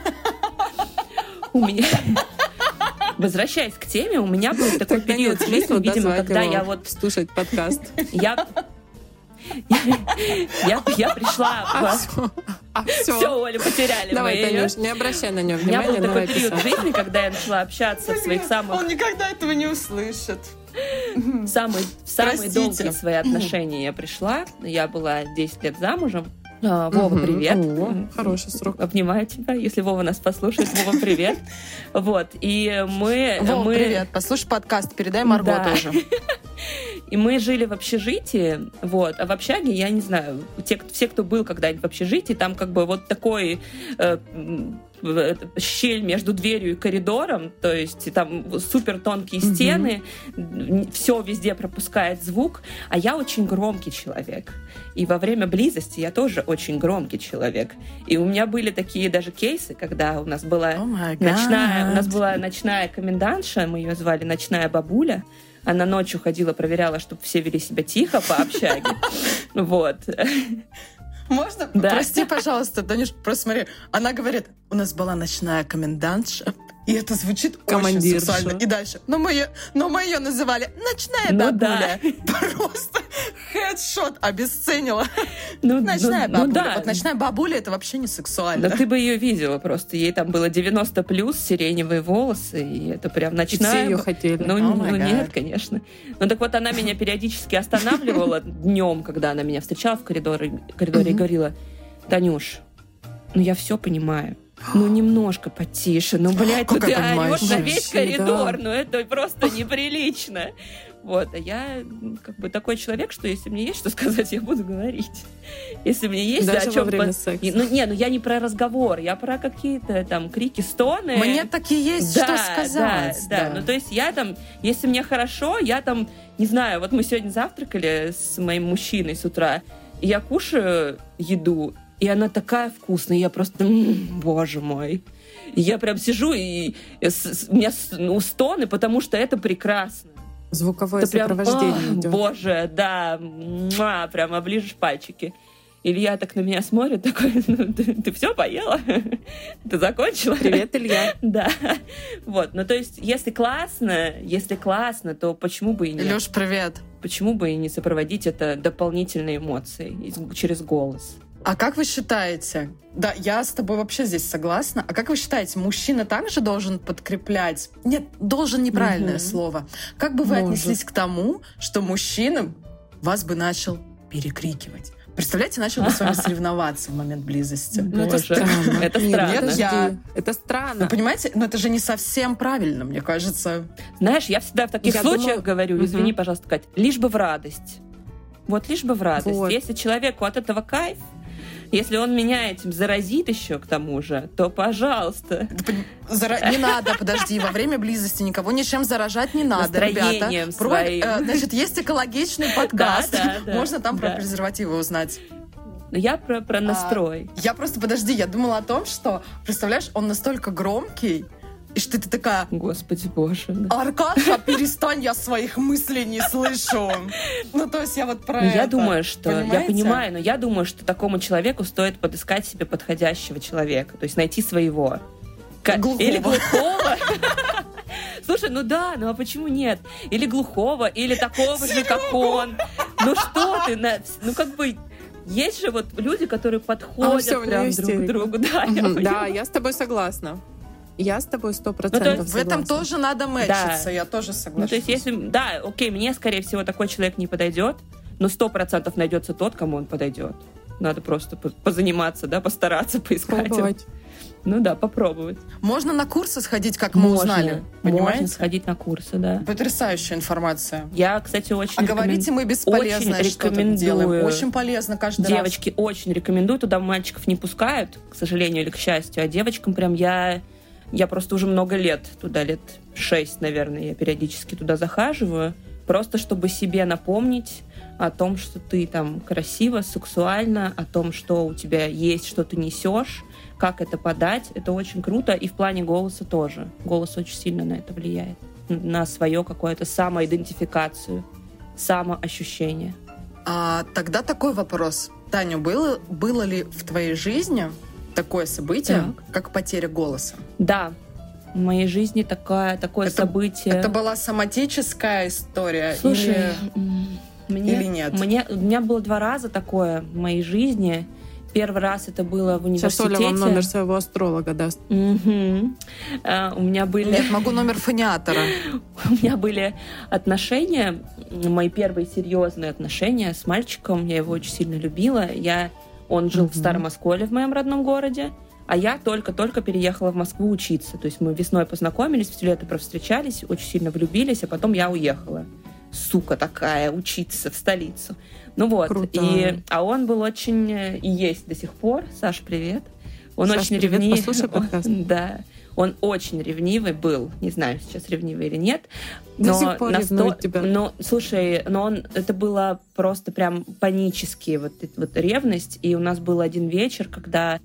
У меня... Возвращаясь к теме, у меня был такой Тогда период нет в жизни, смысла, да, видимо, звать когда его я вот... слушать подкаст. Я... Я, я пришла... А в... все, а Все, все. Олю, потеряли Давай, мы её. Танюш, не обращай на него У меня был внимания, такой давай период в писать. жизни, когда я начала общаться в своих самых, Он никогда этого не услышит. самые, в самые Простите. долгие свои отношения я пришла. Я была десять лет замужем. А, Вова, Мгм. привет. О, хороший срок. Обнимаю тебя, если Вова нас послушает. Вова, привет. Вот, и мы... Вова, мы... привет. Послушай подкаст, передай Марго Да. тоже. И мы жили в общежитии, вот, а в общаге, я не знаю, те, кто- все, кто был когда-нибудь в общежитии, там как бы вот такой э, м, э, щель между дверью и коридором, то есть там супер тонкие Мгм. стены, все везде пропускает звук, а я очень громкий человек. И во время близости я тоже очень громкий человек. И у меня были такие даже кейсы, когда у нас была О май ночная, у нас гад. была ночная комендантша, мы ее звали ночная бабуля. Она ночью ходила, проверяла, чтобы все вели себя тихо по общаге. Вот. Можно? Да. Прости, пожалуйста, Танюш, просто смотри. Она говорит, у нас была ночная комендантша, и это звучит очень Командирша. сексуально. И дальше. Но мы ее, но мы ее называли ночная Ну бабуля. Просто хедшот обесценила. Ну, Ночная ну, ну бабуля. да. Вот ночная бабуля — это вообще не сексуально. Да ты бы ее видела просто. Ей там было девяносто плюс, сиреневые волосы, и это прям И ночная... все ее хотели. Ну, Oh my ну God. нет, конечно. Ну так вот она меня периодически останавливала днем, когда она меня встречала в коридоре, коридоре и Мгм. говорила: Танюш, ну я все понимаю. Ну, немножко потише. Ну, блядь, ну Как ты я понимаю, орешь на весь вообще, коридор. да. Ну, это просто неприлично. Вот, а я м, как бы такой человек, что если мне есть что сказать, я буду говорить. Если мне есть Даже о во чем... время секса. И, ну, не, ну я не про разговор, я про какие-то там крики, стоны. Мне так и есть Да, что сказать. Да, да. Ну, то есть я там, если мне хорошо, я там, не знаю, вот мы сегодня завтракали с моим мужчиной с утра, и я кушаю еду, и она такая вкусная, и я просто, м-м, боже мой. И я прям сижу, и, и с- с- у меня с- ну, стоны, потому что это прекрасно. Звуковое Это прям, сопровождение «Ах, идет. боже, да, муа, прям оближешь пальчики. Илья так на меня смотрит, такой: ну, ты, ты все поела? Ты закончила? Привет, Илья. Да. Вот, ну то есть, если классно, если классно, то почему бы и нет? Леш, привет. Почему бы и не сопроводить это дополнительной эмоцией из- через голос? А как вы считаете, да, я с тобой вообще здесь согласна, а как вы считаете, мужчина также должен подкреплять? Нет, должен неправильное Мгм. слово. Как бы вы Может. отнеслись к тому, что мужчина вас бы начал перекрикивать, Представляете, начал бы с вами соревноваться в момент близости. Ну, это Боже, странно. это Нет, странно. подожди. Я- Это Вы странно. понимаете, но это же не совсем правильно, мне кажется. Знаешь, я всегда в таких Я случаях думала- говорю, Мгм. извини, пожалуйста, Кать, лишь бы в радость. Вот лишь бы в радость. Вот. Если человеку от этого кайф, если он меня этим заразит еще к тому же, то пожалуйста. Ты поним- Зара- Не надо, подожди, во время близости никого ничем заражать не надо, ребята. Настроением Про- своим. э, Значит, есть экологичный подкаст. Да, да, да, Можно там про да. презервативы узнать. Но я про, про настрой. Я просто, подожди, я думала о том, что, представляешь, он настолько громкий, и что ты такая: Господи боже. да. Аркаша, перестань, я своих мыслей не слышу. Ну, то есть я вот про Ну, это. я думаю, что... Я Понимаете? понимаю, но я думаю, что такому человеку стоит подыскать себе подходящего человека. То есть найти своего. Ка- Глухого. Или глухого. Слушай, ну да, ну а почему нет? Или глухого, или такого же, как он. Ну что ты? на- Ну как бы... Есть же вот люди, которые подходят А, всё, у прям неё друг к истерика. другу. Да, я Мгм, Да, понимаю. я с тобой согласна. Я с тобой сто Ну, то процентов есть В этом согласна. тоже надо мэчиться, я тоже согласна. Ну, то есть, если... Да, окей, мне, скорее всего, такой человек не подойдет, но сто процентов найдется тот, кому он подойдет. Надо просто по- позаниматься, да, постараться, поискать. Попробовать. Ну да, попробовать. Можно на курсы сходить, как мы Можно. узнали. Можно Понимаете? сходить на курсы, да. Потрясающая информация. Я, кстати, очень А говорите мы бесполезное, очень что-то рекомендую. делаем. Очень полезно каждый раз. Девочки очень рекомендую. Туда мальчиков не пускают, к сожалению или к счастью. А девочкам прям я... Я просто уже много лет туда, лет шесть, наверное, я периодически туда захаживаю. Просто чтобы себе напомнить о том, что ты там красиво, сексуально, о том, что у тебя есть, что ты несешь, как это подать. Это очень круто. И в плане голоса тоже. Голос очень сильно на это влияет. На свое какое-то самоидентификацию, самоощущение. А тогда такой вопрос. Таня, было, было ли в твоей жизни такое событие, Так. как потеря голоса? Да, в моей жизни такая, такое Это- событие... Это была соматическая история? Слушай, или... м, мне, или нет? Мне, у меня было два раза такое в моей жизни. Первый раз это было в Сейчас университете. Оля вам номер своего астролога даст. Мгм. А, у меня были... Нет, могу номер фониатора. У меня были отношения, мои первые серьезные отношения с мальчиком. Я его очень сильно любила. Я, он жил в Мгм. Старом Осколе, в моем родном городе. А я только-только переехала в Москву учиться. То есть мы весной познакомились, все лето провстречались, очень сильно влюбились, а потом я уехала. Сука такая, учиться в столицу. Ну вот. Круто. И, а он был очень... э, И есть до сих пор. Саш, привет. Он Саш, очень привет, ревнивый. послушай подкаст. Да. Он очень ревнивый был. Не знаю, сейчас ревнивый или нет. До Но сих пор насто- ревнует тебя. Но, слушай, но он... Это было просто прям панически, вот, эта вот ревность. И у нас был один вечер, когда...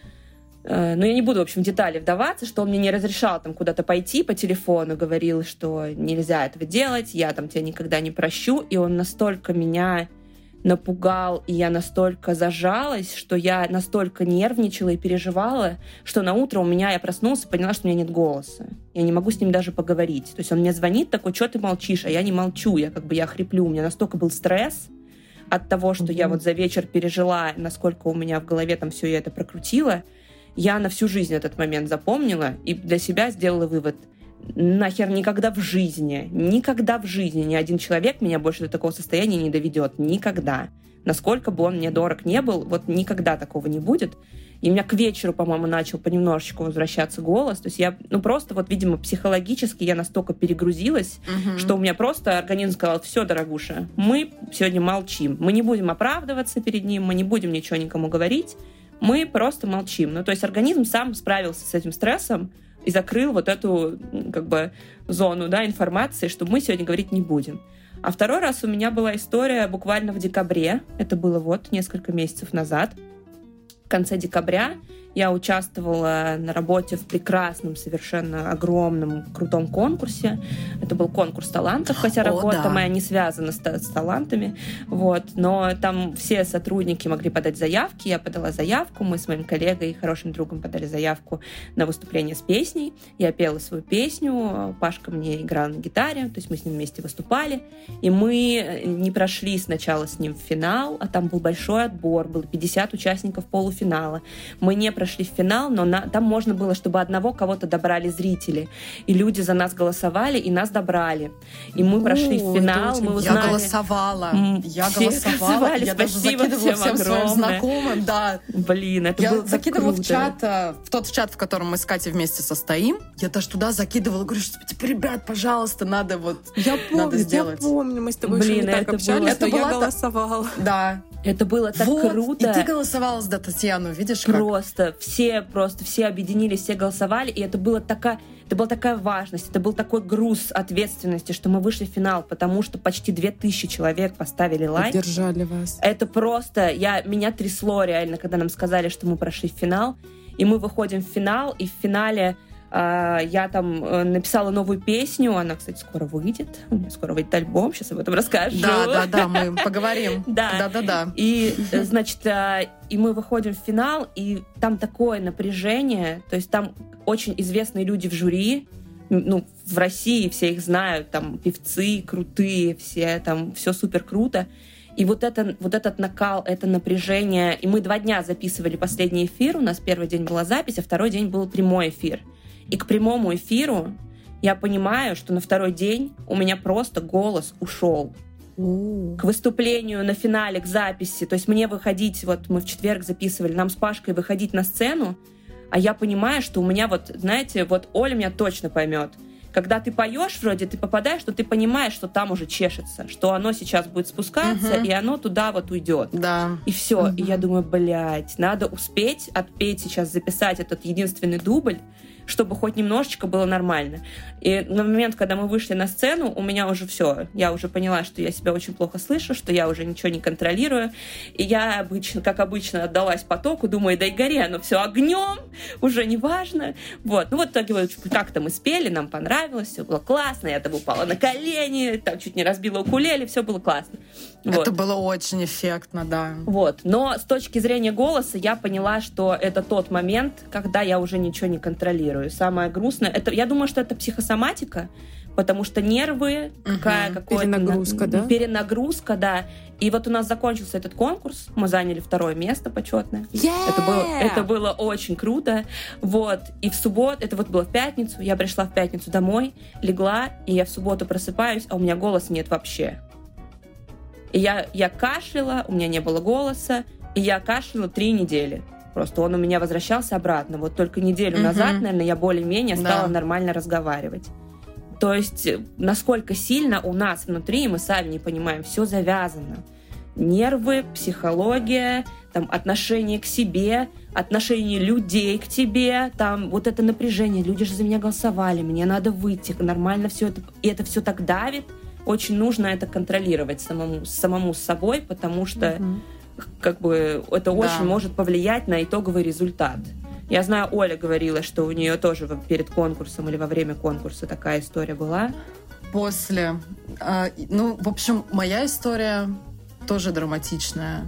э, Ну, я не буду, в общем, в детали вдаваться, что он мне не разрешал там куда-то пойти по телефону, говорил, что нельзя этого делать, я там тебя никогда не прощу. И он настолько меня напугал, и я настолько зажалась, что я настолько нервничала и переживала, что на утро у меня, я проснулась и поняла, что у меня нет голоса. Я не могу с ним даже поговорить. То есть он мне звонит такой: что ты молчишь? А я не молчу, я как бы я хриплю. У меня настолько был стресс от того, что я вот за вечер пережила, насколько у меня в голове там все я это прокрутила. Я на всю жизнь этот момент запомнила и для себя сделала вывод: нахер никогда в жизни, никогда в жизни ни один человек меня больше до такого состояния не доведет. Никогда. Насколько бы он мне дорог не был, вот никогда такого не будет. И у меня к вечеру, по-моему, начал понемножечку возвращаться голос. То есть я, ну просто вот, видимо, психологически я настолько перегрузилась, Мгм. что у меня просто организм сказал: все, дорогуша, мы сегодня молчим. Мы не будем оправдываться перед ним, мы не будем ничего никому говорить. Мы просто молчим. Ну, то есть организм сам справился с этим стрессом и закрыл вот эту, м, как бы, зону, да, информации, что мы сегодня говорить не будем. А второй раз у меня была история буквально в декабре. Это было вот несколько месяцев назад. В конце декабря я участвовала на работе в прекрасном, совершенно огромном, крутом конкурсе. Это был конкурс талантов, хотя О, работа да. моя не связана с, та- с талантами. Вот. Но там все сотрудники могли подать заявки. Я подала заявку. Мы с моим коллегой и хорошим другом подали заявку на выступление с песней. Я пела свою песню. Пашка мне играл на гитаре. То есть мы с ним вместе выступали. И мы не прошли сначала с ним в финал, а там был большой отбор. Было пятьдесят участников полуфинала. финала. Мы не прошли в финал, но на, там можно было, чтобы одного кого-то добрали зрители. И люди за нас голосовали, и нас добрали. И мы прошли в финал, мы узнали... Я голосовала. Я все голосовала. голосовали. Я даже Спасибо закидывала всем всем своим огромное. знакомым. Да. Блин, это Я было так закидывала в круто. чат, э, в тот чат, в котором мы с Катей вместе состоим. Я даже туда закидывала. Говорю, что типа, ребят, пожалуйста, надо вот... Я помню, Надо сделать. я помню, мы с тобой Блин, еще не так это общались, было- но это я была та- голосовала. Да. Это было так Вот. круто. И ты голосовала за Татьяну, видишь как? Просто все просто все объединились, все голосовали, и это было такая, это была такая важность, это был такой груз ответственности, что мы вышли в финал, потому что почти две тысячи человек поставили лайк. Поддержали вас. Это просто, я, меня трясло реально, когда нам сказали, что мы прошли в финал, и мы выходим в финал, и в финале э, я там э, написала новую песню, она, кстати, скоро выйдет, у меня скоро выйдет альбом, сейчас об этом расскажу. Да, да, да, мы поговорим. Да. Да, да, да. И, э, значит, э, и мы выходим в финал, и там такое напряжение, то есть там очень известные люди в жюри, ну, в России все их знают, там, певцы крутые, все, там, все супер круто. И вот, это, вот этот накал, это напряжение, и мы два дня записывали последний эфир, у нас первый день была запись, а второй день был прямой эфир. И к прямому эфиру я понимаю, что на второй день у меня просто голос ушел. К выступлению на финале, к записи. То есть мне выходить, вот мы в четверг записывали, нам с Пашкой выходить на сцену, а я понимаю, что у меня вот, знаете, вот Оля меня точно поймет. Когда ты поешь, вроде ты попадаешь, что ты понимаешь, что там уже чешется, что оно сейчас будет спускаться, Мгм. и оно туда вот уйдет. Да. И все. Мгм. И я думаю, блядь, надо успеть отпеть сейчас, записать этот единственный дубль, чтобы хоть немножечко было нормально. И на момент, когда мы вышли на сцену, у меня уже все. Я уже поняла, что я себя очень плохо слышу, что я уже ничего не контролирую. И я обычно, как обычно, отдалась потоку, думаю, да и гори, оно все огнем, уже не важно. Вот. Ну вот в итоге вот как-то мы спели, нам понравилось, все было классно, я там упала на колени, там чуть не разбила укулеле, все было классно. Вот. Это было очень эффектно, да. Вот. Но с точки зрения голоса я поняла, что это тот момент, когда я уже ничего не контролирую. Самое грустное, это, я думаю, что это психосоматика, потому что нервы, какая, Мгм. какое-то Перенагрузка, на- да? Перенагрузка, да. И вот у нас закончился этот конкурс, мы заняли второе место почетное. Это было, это было очень круто. Вот. И в субботу, это вот было в пятницу, я пришла в пятницу домой, легла, и я в субботу просыпаюсь, а у меня голоса нет вообще. И я, я кашляла, у меня не было голоса, и я кашляла три недели. Просто он у меня возвращался обратно. Вот только неделю Мгм. назад, наверное, я более-менее стала Да. нормально разговаривать. То есть, э, насколько сильно у нас внутри, мы сами не понимаем, все завязано. Нервы, психология, там, отношение к себе, отношение людей к тебе, там, вот это напряжение. Люди же за меня голосовали, мне надо выйти, нормально все это. И это все так давит. Очень нужно это контролировать самому, самому с собой, потому что Мгм. как бы это Да. очень может повлиять на итоговый результат. Я знаю, Оля говорила, что у нее тоже во- перед конкурсом или во время конкурса такая история была. После. а, ну, в общем, моя история тоже драматичная.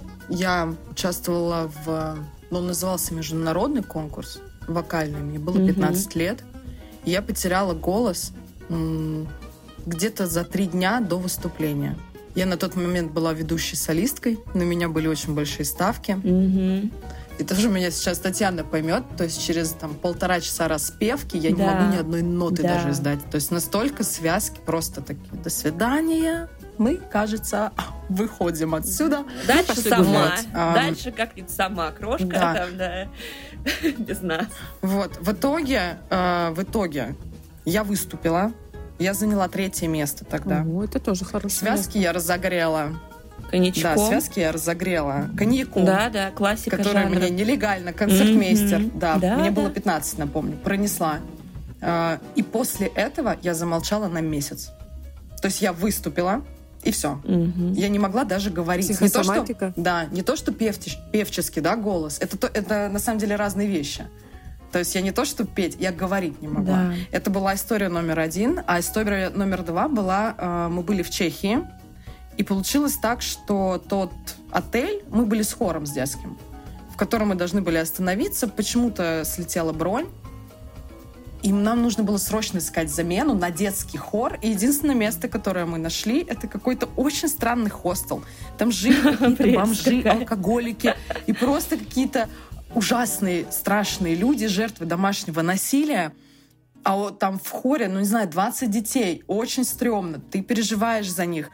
Я участвовала в... Ну, он назывался международный конкурс вокальный. Мне было Мгм. пятнадцать лет. И я потеряла голос м, где-то за три дня до выступления. Я на тот момент была ведущей солисткой. На меня были очень большие ставки. Мгм. И тоже меня сейчас Татьяна поймет. То есть через там, полтора часа распевки я не Да. могу ни одной ноты Да. даже издать. То есть настолько связки просто такие. До свидания. Мы, кажется, выходим отсюда. Дальше пошли сама. гулять. А, Дальше как-нибудь сама. Крошка да. там, да. Без нас. Вот. В итоге, э, в итоге я выступила. Я заняла третье место тогда. О, это тоже хорошо. Связки я разогрела. Коньячком. Да, связки я разогрела коньяком. Да, да, классика Который жанра. мне нелегально, концертмейстер. Мгм. Да, Да, мне да. было пятнадцать, напомню, пронесла. А, И после этого я замолчала на месяц. То есть я выступила, и все. Мгм. Я не могла даже говорить. Не то, что, Психосоматика? да, не то, что певче- певческий, да, голос. Это, то- это на самом деле разные вещи. То есть я не то, что петь, я говорить не могла. Да. Это была история номер один. А история номер два была, э, мы были в Чехии, и получилось так, что тот отель, мы были с хором с детским, в котором мы должны были остановиться. Почему-то слетела бронь. и нам нужно было срочно искать замену на детский хор. И единственное место, которое мы нашли, это какой-то очень странный хостел. Там жили какие-то бомжи, алкоголики и просто какие-то ужасные, страшные люди, жертвы домашнего насилия. А вот там в хоре, ну не знаю, двадцать детей. Очень стрёмно. Ты переживаешь за них.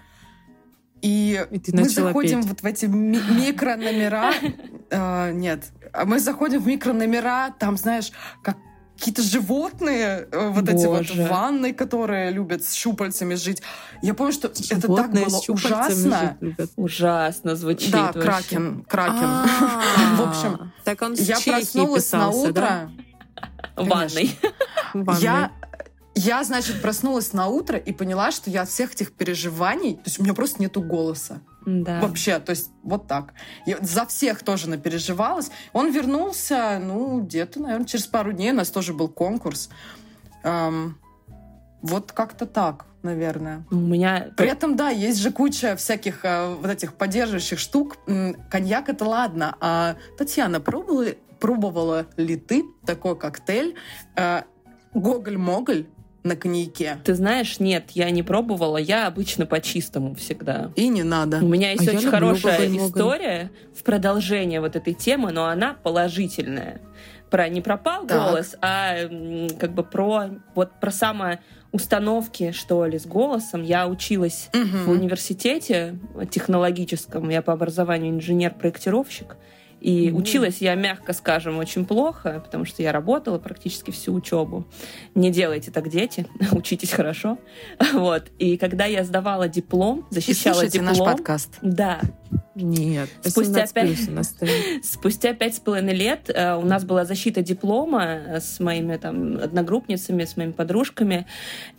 И, и мы заходим петь. вот в эти ми- микрономера. э, нет. Мы заходим в микрономера, там, знаешь, как какие-то животные, э, вот Боже. эти вот в ванной, которые любят с щупальцами жить. Я помню, что животные это так было ужасно. Ужасно звучит. Да, кракен. Кракен. В общем, так он я проснулась на утро. В ванной. Я, я, значит, проснулась на утро и поняла, что я от всех этих переживаний, то есть у меня просто нету голоса. Да. Вообще, то есть вот так. Я за всех тоже напереживалась. Он вернулся, ну, где-то, наверное, через пару дней. У нас тоже был конкурс. Эм, вот как-то так, наверное. У меня... При этом, да, есть же куча всяких э, вот этих поддерживающих штук. Коньяк — это ладно. А, Татьяна, пробовала, пробовала ли ты такой коктейль э, «Гоголь-моголь» на коньяке? Ты знаешь, нет, я не пробовала. Я обычно по-чистому всегда. И не надо. У меня есть а очень хорошая история в продолжение вот этой темы, но она положительная. Про не пропал так. голос, а как бы про вот про самоустановки, что ли, с голосом. Я училась угу. в университете технологическом. Я по образованию инженер-проектировщик. И mm-hmm. училась я, мягко скажем, очень плохо, потому что я работала практически всю учебу. Не делайте так, дети, учитесь хорошо. Вот. И когда я сдавала диплом, защищала и диплом... наш подкаст. Да. Нет, спустя пять, спустя пять с половиной лет у нас была защита диплома с моими там одногруппницами, с моими подружками,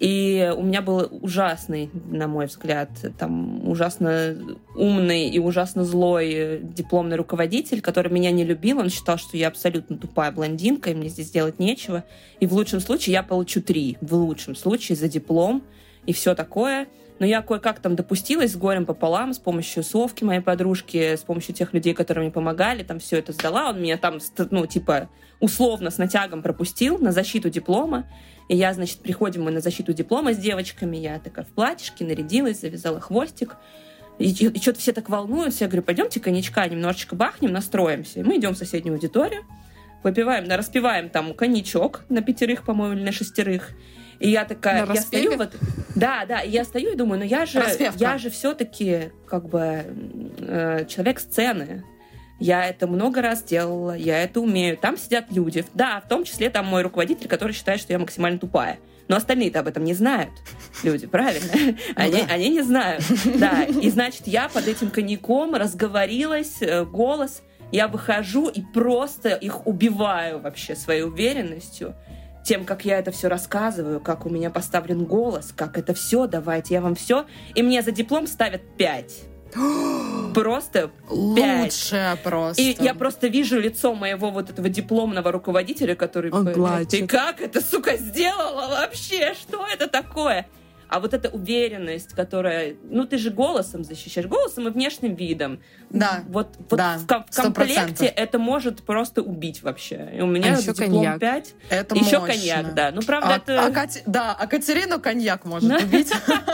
и у меня был ужасный, на мой взгляд, там ужасно умный и ужасно злой дипломный руководитель, который меня не любил, он считал, что я абсолютно тупая блондинка, и мне здесь делать нечего, и в лучшем случае я получу три, в лучшем случае за диплом и все такое. Но я кое-как там допустилась с горем пополам, с помощью Совки, моей подружки, с помощью тех людей, которые мне помогали, там все это сдала. Он меня там, ну, типа, условно с натягом пропустил на защиту диплома. И я, значит, приходим мы на защиту диплома с девочками, я такая в платьишке, нарядилась, завязала хвостик. И, и, и что-то все так волнуются. Я говорю, пойдемте коньячка немножечко бахнем, настроимся. И мы идем в соседнюю аудиторию, выпиваем, распиваем там коньячок на пятерых, по-моему, или на шестерых. И я такая, я стою вот, да, да, и я стою и думаю, ну я же, я же все-таки как бы э, человек сцены. Я это много раз делала, я это умею. Там сидят люди, да, в том числе там мой руководитель, который считает, что я максимально тупая. Но остальные-то об этом не знают, люди, правильно? Они, они не знают, да. И значит, я под этим коньяком разговорилась, голос, я выхожу и просто их убиваю вообще своей уверенностью. Тем, как я это все рассказываю, как у меня поставлен голос, как это все, давайте я вам все. И мне за диплом ставят пять. Просто пять. Лучшее просто. И я просто вижу лицо моего вот этого дипломного руководителя, который говорит, ты как это, сука, сделала вообще? Что это такое? А вот эта уверенность, которая... Ну, ты же голосом защищаешь. Голосом и внешним видом. Да. Вот, вот да, в, в комплекте это может просто убить вообще. И у меня а диплом пять. Это еще мощно. Коньяк, да. Ну, правда, а, это... А Кати... Да, а Катерину коньяк может убить.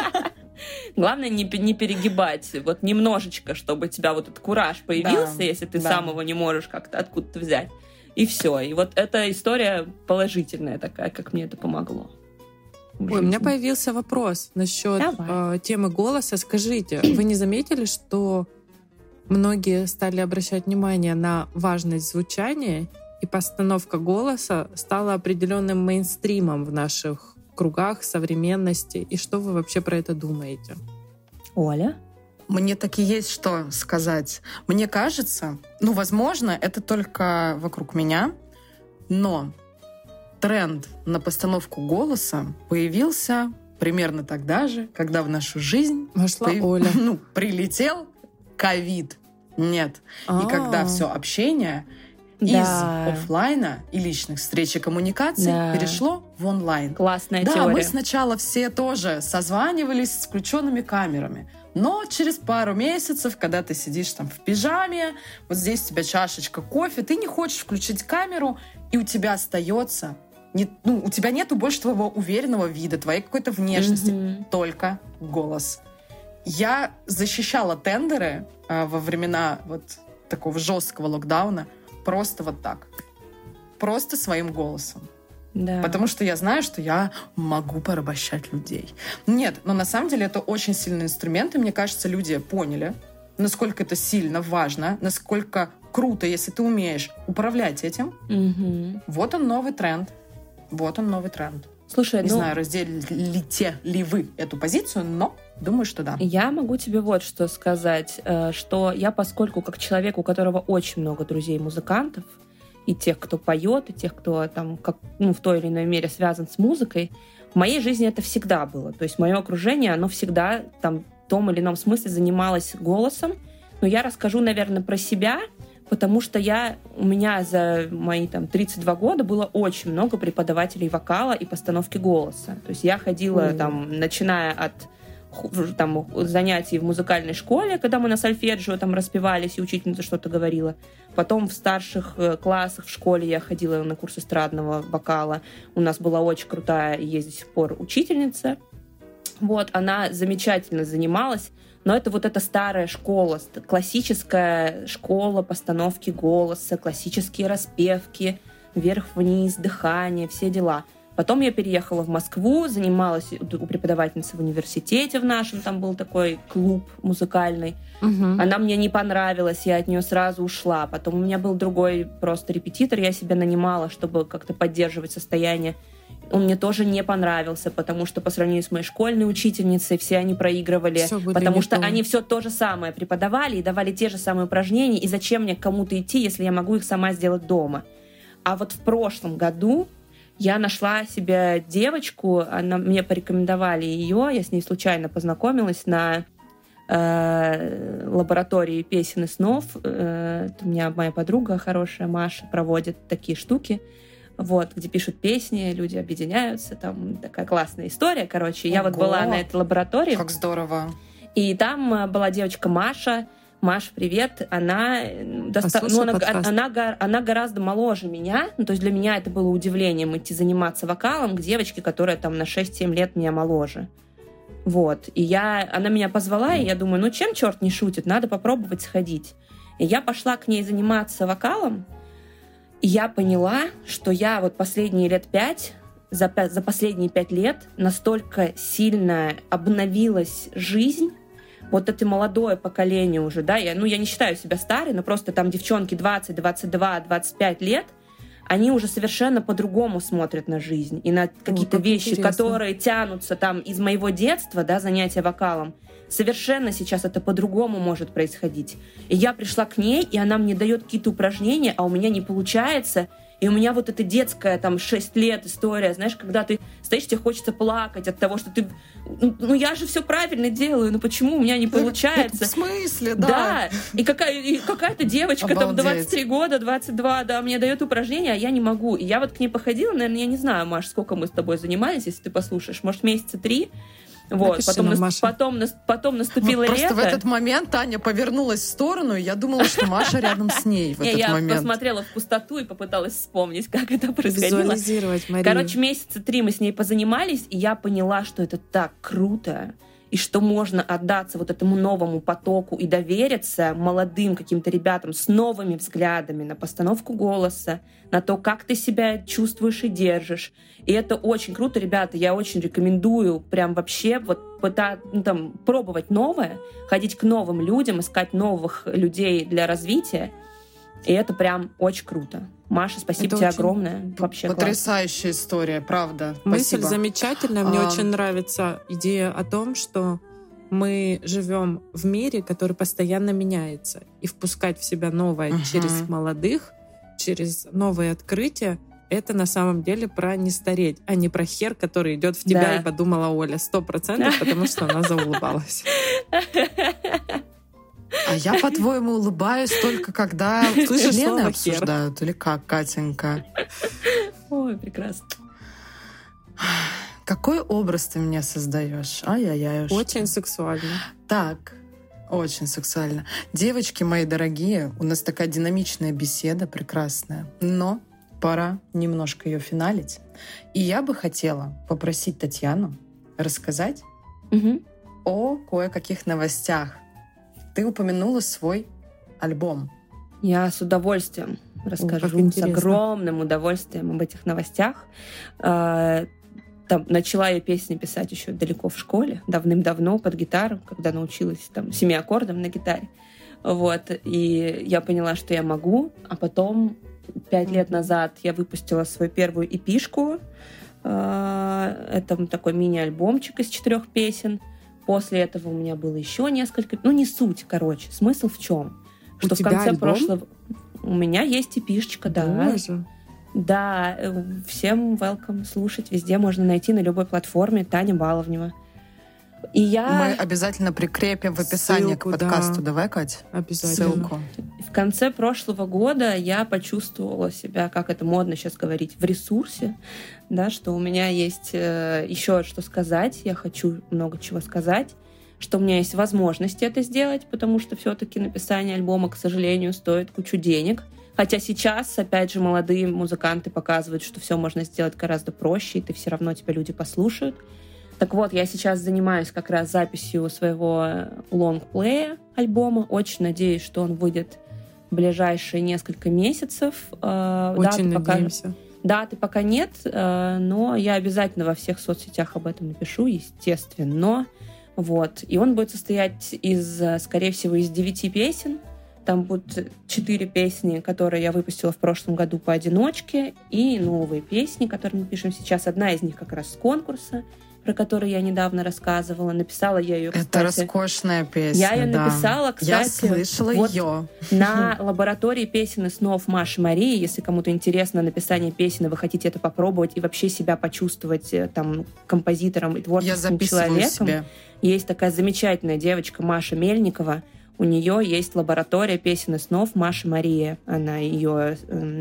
Главное не, не перегибать. Вот немножечко, чтобы у тебя вот этот кураж появился, да, если ты да. сам его не можешь как-то откуда-то взять. И все. И вот эта история положительная такая, как мне это помогло. Ой, у меня появился вопрос насчет э, темы голоса. Скажите, вы не заметили, что многие стали обращать внимание на важность звучания, и постановка голоса стала определенным мейнстримом в наших кругах современности? И что вы вообще про это думаете? Оля? Мне таки есть что сказать. Мне кажется, ну, возможно, это только вокруг меня, но тренд на постановку голоса появился примерно тогда же, когда в нашу жизнь вошла при... Оля. Ну, прилетел ковид. Нет. А-а-а. И когда все общение да. из офлайна и личных встреч и коммуникаций да. перешло в онлайн. Классная да, теория. Мы сначала все тоже созванивались с включенными камерами. Но через пару месяцев, когда ты сидишь там в пижаме, вот здесь у тебя чашечка кофе, ты не хочешь включить камеру, и у тебя остается Не, ну, у тебя нету больше твоего уверенного вида, твоей какой-то внешности, Мгм. только голос. Я защищала тендеры э, во времена вот такого жесткого локдауна просто вот так. Просто своим голосом. Да. Потому что я знаю, что я могу порабощать людей. Нет, но на самом деле это очень сильный инструмент, и мне кажется, люди поняли, насколько это сильно важно, насколько круто, если ты умеешь управлять этим. Мгм. Вот он новый тренд. Вот он новый тренд. Слушай, Не ну, знаю, разделите ли вы эту позицию, но думаю, что да. я могу тебе вот что сказать, э, что я, поскольку как человек, у которого очень много друзей-музыкантов, и тех, кто поет, и тех, кто там как, ну, в той или иной мере связан с музыкой, в моей жизни это всегда было. То есть мое окружение, оно всегда там в том или ином смысле занималось голосом. Но я расскажу, наверное, про себя, потому что я, у меня за мои там тридцать два года было очень много преподавателей вокала и постановки голоса. То есть я ходила О. там, начиная от ху- там, занятий в музыкальной школе, когда мы на сольфеджио там распевались, и учительница что-то говорила. Потом в старших э, классах в школе я ходила на курс эстрадного вокала. У нас была очень крутая и есть до сих пор учительница. Вот, она замечательно занималась. Но это вот эта старая школа, ст- классическая школа постановки голоса, классические распевки, вверх-вниз, дыхание, все дела. Потом я переехала в Москву, занималась у преподавательницы в университете в нашем, там был такой клуб музыкальный. Мгм. Она мне не понравилась, я от нее сразу ушла. Потом у меня был другой просто репетитор, я себя нанимала, чтобы как-то поддерживать состояние. Он мне тоже не понравился, потому что по сравнению с моей школьной учительницей все они проигрывали, Всё были потому не что то. они все то же самое преподавали и давали те же самые упражнения, и зачем мне к кому-то идти, если я могу их сама сделать дома. А вот в прошлом году я нашла себе девочку, она, мне порекомендовали ее, я с ней случайно познакомилась на э, лаборатории песен и снов. Э, у меня моя подруга хорошая, Маша, проводит такие штуки, вот, где пишут песни, люди объединяются, там такая классная история, короче. Я вот Ого! была на этой лаборатории, Как здорово. и там э, была девочка Маша. Маш, привет. Она, э, доста- Послушай ну, она, подкаст. она, го- она гораздо моложе меня. Ну, то есть для меня это было удивлением идти заниматься вокалом к девочке, которая там на шесть-семь лет меня моложе. Вот. И я, она меня позвала, и я думаю, ну чем черт не шутит, надо попробовать сходить. И я пошла к ней заниматься вокалом, и я поняла, что я вот последние лет пять, за, пя- за последние пять лет настолько сильно обновилась жизнь, вот это молодое поколение уже, да, я, ну, я не считаю себя старой, но просто там девчонки двадцать, двадцать два, двадцать пять лет, они уже совершенно по-другому смотрят на жизнь и на какие-то как вещи, интересно. которые тянутся там из моего детства, да, занятия вокалом. Совершенно сейчас это по-другому может происходить. И я пришла к ней, и она мне дает какие-то упражнения, а у меня не получается. И у меня вот эта детская, там, шесть лет история, знаешь, когда ты стоишь, тебе хочется плакать от того, что ты... Ну, ну, я же все правильно делаю, но почему у меня не получается? В смысле, Да, да? и, какая, и какая-то девочка там Обалдеть. двадцать три года, двадцать два, да, мне дает упражнения, а я не могу. И я вот к ней походила, наверное, я не знаю, Маш, сколько мы с тобой занимались, если ты послушаешь, может, месяца три. Вот, Напиши потом, нам, нас- Маша. потом, нас- потом наступило Вот просто лето. в этот момент Таня повернулась в сторону, и я думала, что Маша рядом с ней в Не, этот я момент. посмотрела в пустоту и попыталась вспомнить, как это происходило. Визуализировать, Мария. Короче, месяца три мы с ней позанимались, и я поняла, что это так круто, и что можно отдаться вот этому новому потоку и довериться молодым каким-то ребятам с новыми взглядами на постановку голоса, на то, как ты себя чувствуешь и держишь. И это очень круто, ребята, я очень рекомендую прям вообще вот пытаться, ну, там, пробовать новое, ходить к новым людям, искать новых людей для развития. И это прям очень круто. Маша, спасибо Это тебе очень огромное. Вообще класс. Потрясающая история, правда. Мысль Спасибо. замечательная. Мне А, очень нравится идея о том, что мы живем в мире, который постоянно меняется. И впускать в себя новое Мгм. через молодых, через новые открытия, это на самом деле про не стареть, а не про хер, который идет в тебя, Да. и подумала Оля. Сто процентов, потому что она заулыбалась. А я, по-твоему, улыбаюсь только когда Слышишь члены слово обсуждают? Или как, Катенька? Ой, прекрасно. Какой образ ты мне создаешь? Ай-яй-яй уж. Очень сексуально. Так, очень сексуально. Девочки мои дорогие, у нас такая динамичная беседа прекрасная. Но пора немножко ее финалить. И я бы хотела попросить Татьяну рассказать Мгм. о кое-каких новостях. Ты упомянула свой альбом. Я с удовольствием расскажу, как с интересно. огромным удовольствием об этих новостях. А, Там, начала я песни писать еще далеко в школе, давным-давно под гитару, когда научилась там семи аккордам на гитаре. Вот. И я поняла, что я могу. А потом, пять лет назад, я выпустила свою первую эпишку. А, Это такой мини-альбомчик из четырех песен. После этого у меня было еще несколько... Ну, не суть, короче. Смысл в чем? У Что в тебя конце альбом? прошлого... У меня есть эпишечка, да. Боже. Да, э, всем welcome слушать. Везде можно найти, на любой платформе. Таня Баловнева. И я Мы обязательно прикрепим в описании Ссылку, к да. подкасту. Давай, Кать, Обязательно. ссылку. в конце прошлого года я почувствовала себя, как это модно сейчас говорить, в ресурсе, да, что у меня есть э, еще что сказать, я хочу много чего сказать, что у меня есть возможность это сделать, потому что все-таки написание альбома, к сожалению, стоит кучу денег. Хотя сейчас, опять же, молодые музыканты показывают, что все можно сделать гораздо проще, и ты все равно тебя люди послушают. Так вот, я сейчас занимаюсь как раз записью своего лонгплея альбома. Очень надеюсь, что он выйдет в ближайшие несколько месяцев. Э, Очень даты пока- надеемся. Даты пока нет, э, но я обязательно во всех соцсетях об этом напишу, естественно. Вот. И он будет состоять из, э, скорее всего, из девяти песен. Там будут четыре песни, которые я выпустила в прошлом году поодиночке, и новые песни, которые мы пишем сейчас. Одна из них как раз с конкурса, про который я недавно рассказывала. Написала я ее, кстати... Это роскошная песня. Я ее да. написала, кстати, Я слышала вот ее. на лаборатории песен и снов Маши Марии. Если кому-то интересно написание песен, и вы хотите это попробовать и вообще себя почувствовать э, там композитором и Я творческим записываю человеком, себе. есть такая замечательная девочка Маша Мельникова. У нее есть лаборатория песен и снов Маша Мария. Она ее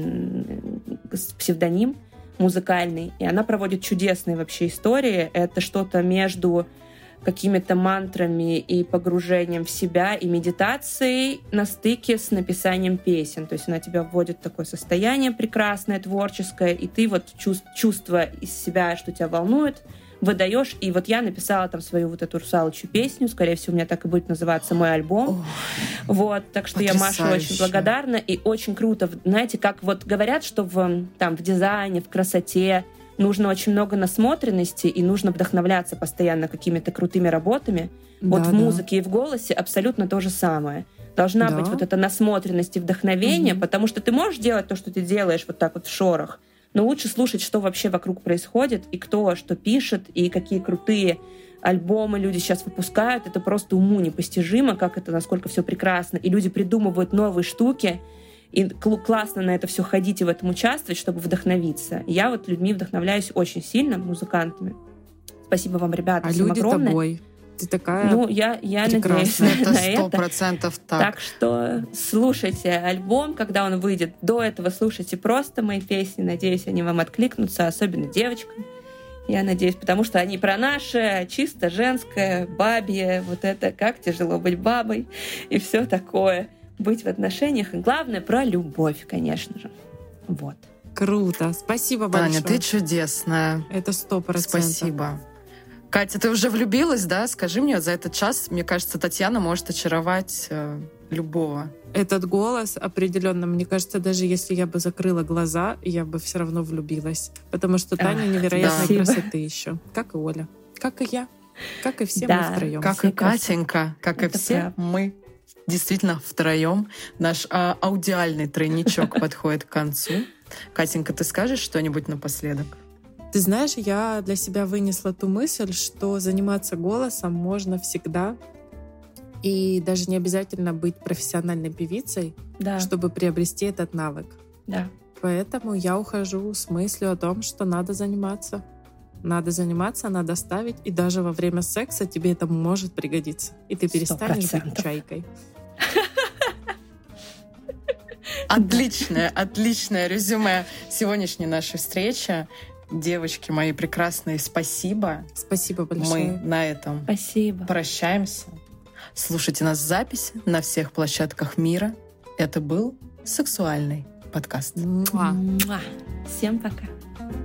эм, псевдоним музыкальный. И она проводит чудесные вообще истории. Это что-то между какими-то мантрами и погружением в себя, и медитацией на стыке с написанием песен. То есть она тебя вводит в такое состояние прекрасное, творческое, и ты вот чувств, чувство из себя, что тебя волнует, выдаешь. И вот я написала там свою вот эту русалочью песню. Скорее всего, у меня так и будет называться мой альбом. Ой, Вот, так что я Маше потрясающе. очень благодарна. И очень круто, знаете, как вот говорят, что в, там, в дизайне, в красоте нужно очень много насмотренности, и нужно вдохновляться постоянно какими-то крутыми работами. Вот Да, в да. музыке и в голосе абсолютно то же самое. Должна Да. быть вот эта насмотренность и вдохновение, Мгм. потому что ты можешь делать то, что ты делаешь вот так вот в шорох, но лучше слушать, что вообще вокруг происходит, и кто что пишет, и какие крутые альбомы люди сейчас выпускают. Это просто уму непостижимо, как это, насколько все прекрасно. И люди придумывают новые штуки, и кл- классно на это все ходить и в этом участвовать, чтобы вдохновиться. И я вот людьми вдохновляюсь очень сильно, музыкантами. Спасибо вам, ребята, А всем люди огромное. тобой. Ты такая... Ну, я, я надеюсь прекрасная. Это на сто это. процентов так. Так что слушайте альбом, когда он выйдет. До этого слушайте просто мои песни. Надеюсь, они вам откликнутся, особенно девочкам. Я надеюсь, потому что они про наше, чисто женское, бабье, вот это, как тяжело быть бабой и все такое. Быть в отношениях. И главное, про любовь, конечно же. Вот. Круто. Спасибо большое. Таня, ты чудесная. Это сто процентов. Спасибо. Катя, ты уже влюбилась, да? Скажи мне, за этот час, мне кажется, Татьяна может очаровать э, любого. Этот голос определенно, мне кажется, даже если я бы закрыла глаза, я бы все равно влюбилась. Потому что Таня Ах, невероятной да. красоты еще. Как и Оля. Как и я. Как и все Да. мы втроем. Как все и Катенька, как и Это все правда. мы. Действительно, втроем. Наш а, аудиальный тройничок подходит к концу. Катенька, ты скажешь что-нибудь напоследок? Ты знаешь, я для себя вынесла ту мысль, что заниматься голосом можно всегда. И даже не обязательно быть профессиональной певицей, Да, чтобы приобрести этот навык. да. Поэтому я ухожу с мыслью о том, что надо заниматься. Надо заниматься, надо ставить, и даже во время секса тебе это может пригодиться. И ты Сто перестанешь быть процентов. чайкой. Отличное, отличное резюме сегодняшней нашей встречи. Девочки мои прекрасные, спасибо. Спасибо Мы большое. на этом Спасибо. прощаемся. Слушайте нас в записи на всех площадках мира. Это был «Сексуальный подкаст. Муа. Муа. Всем пока.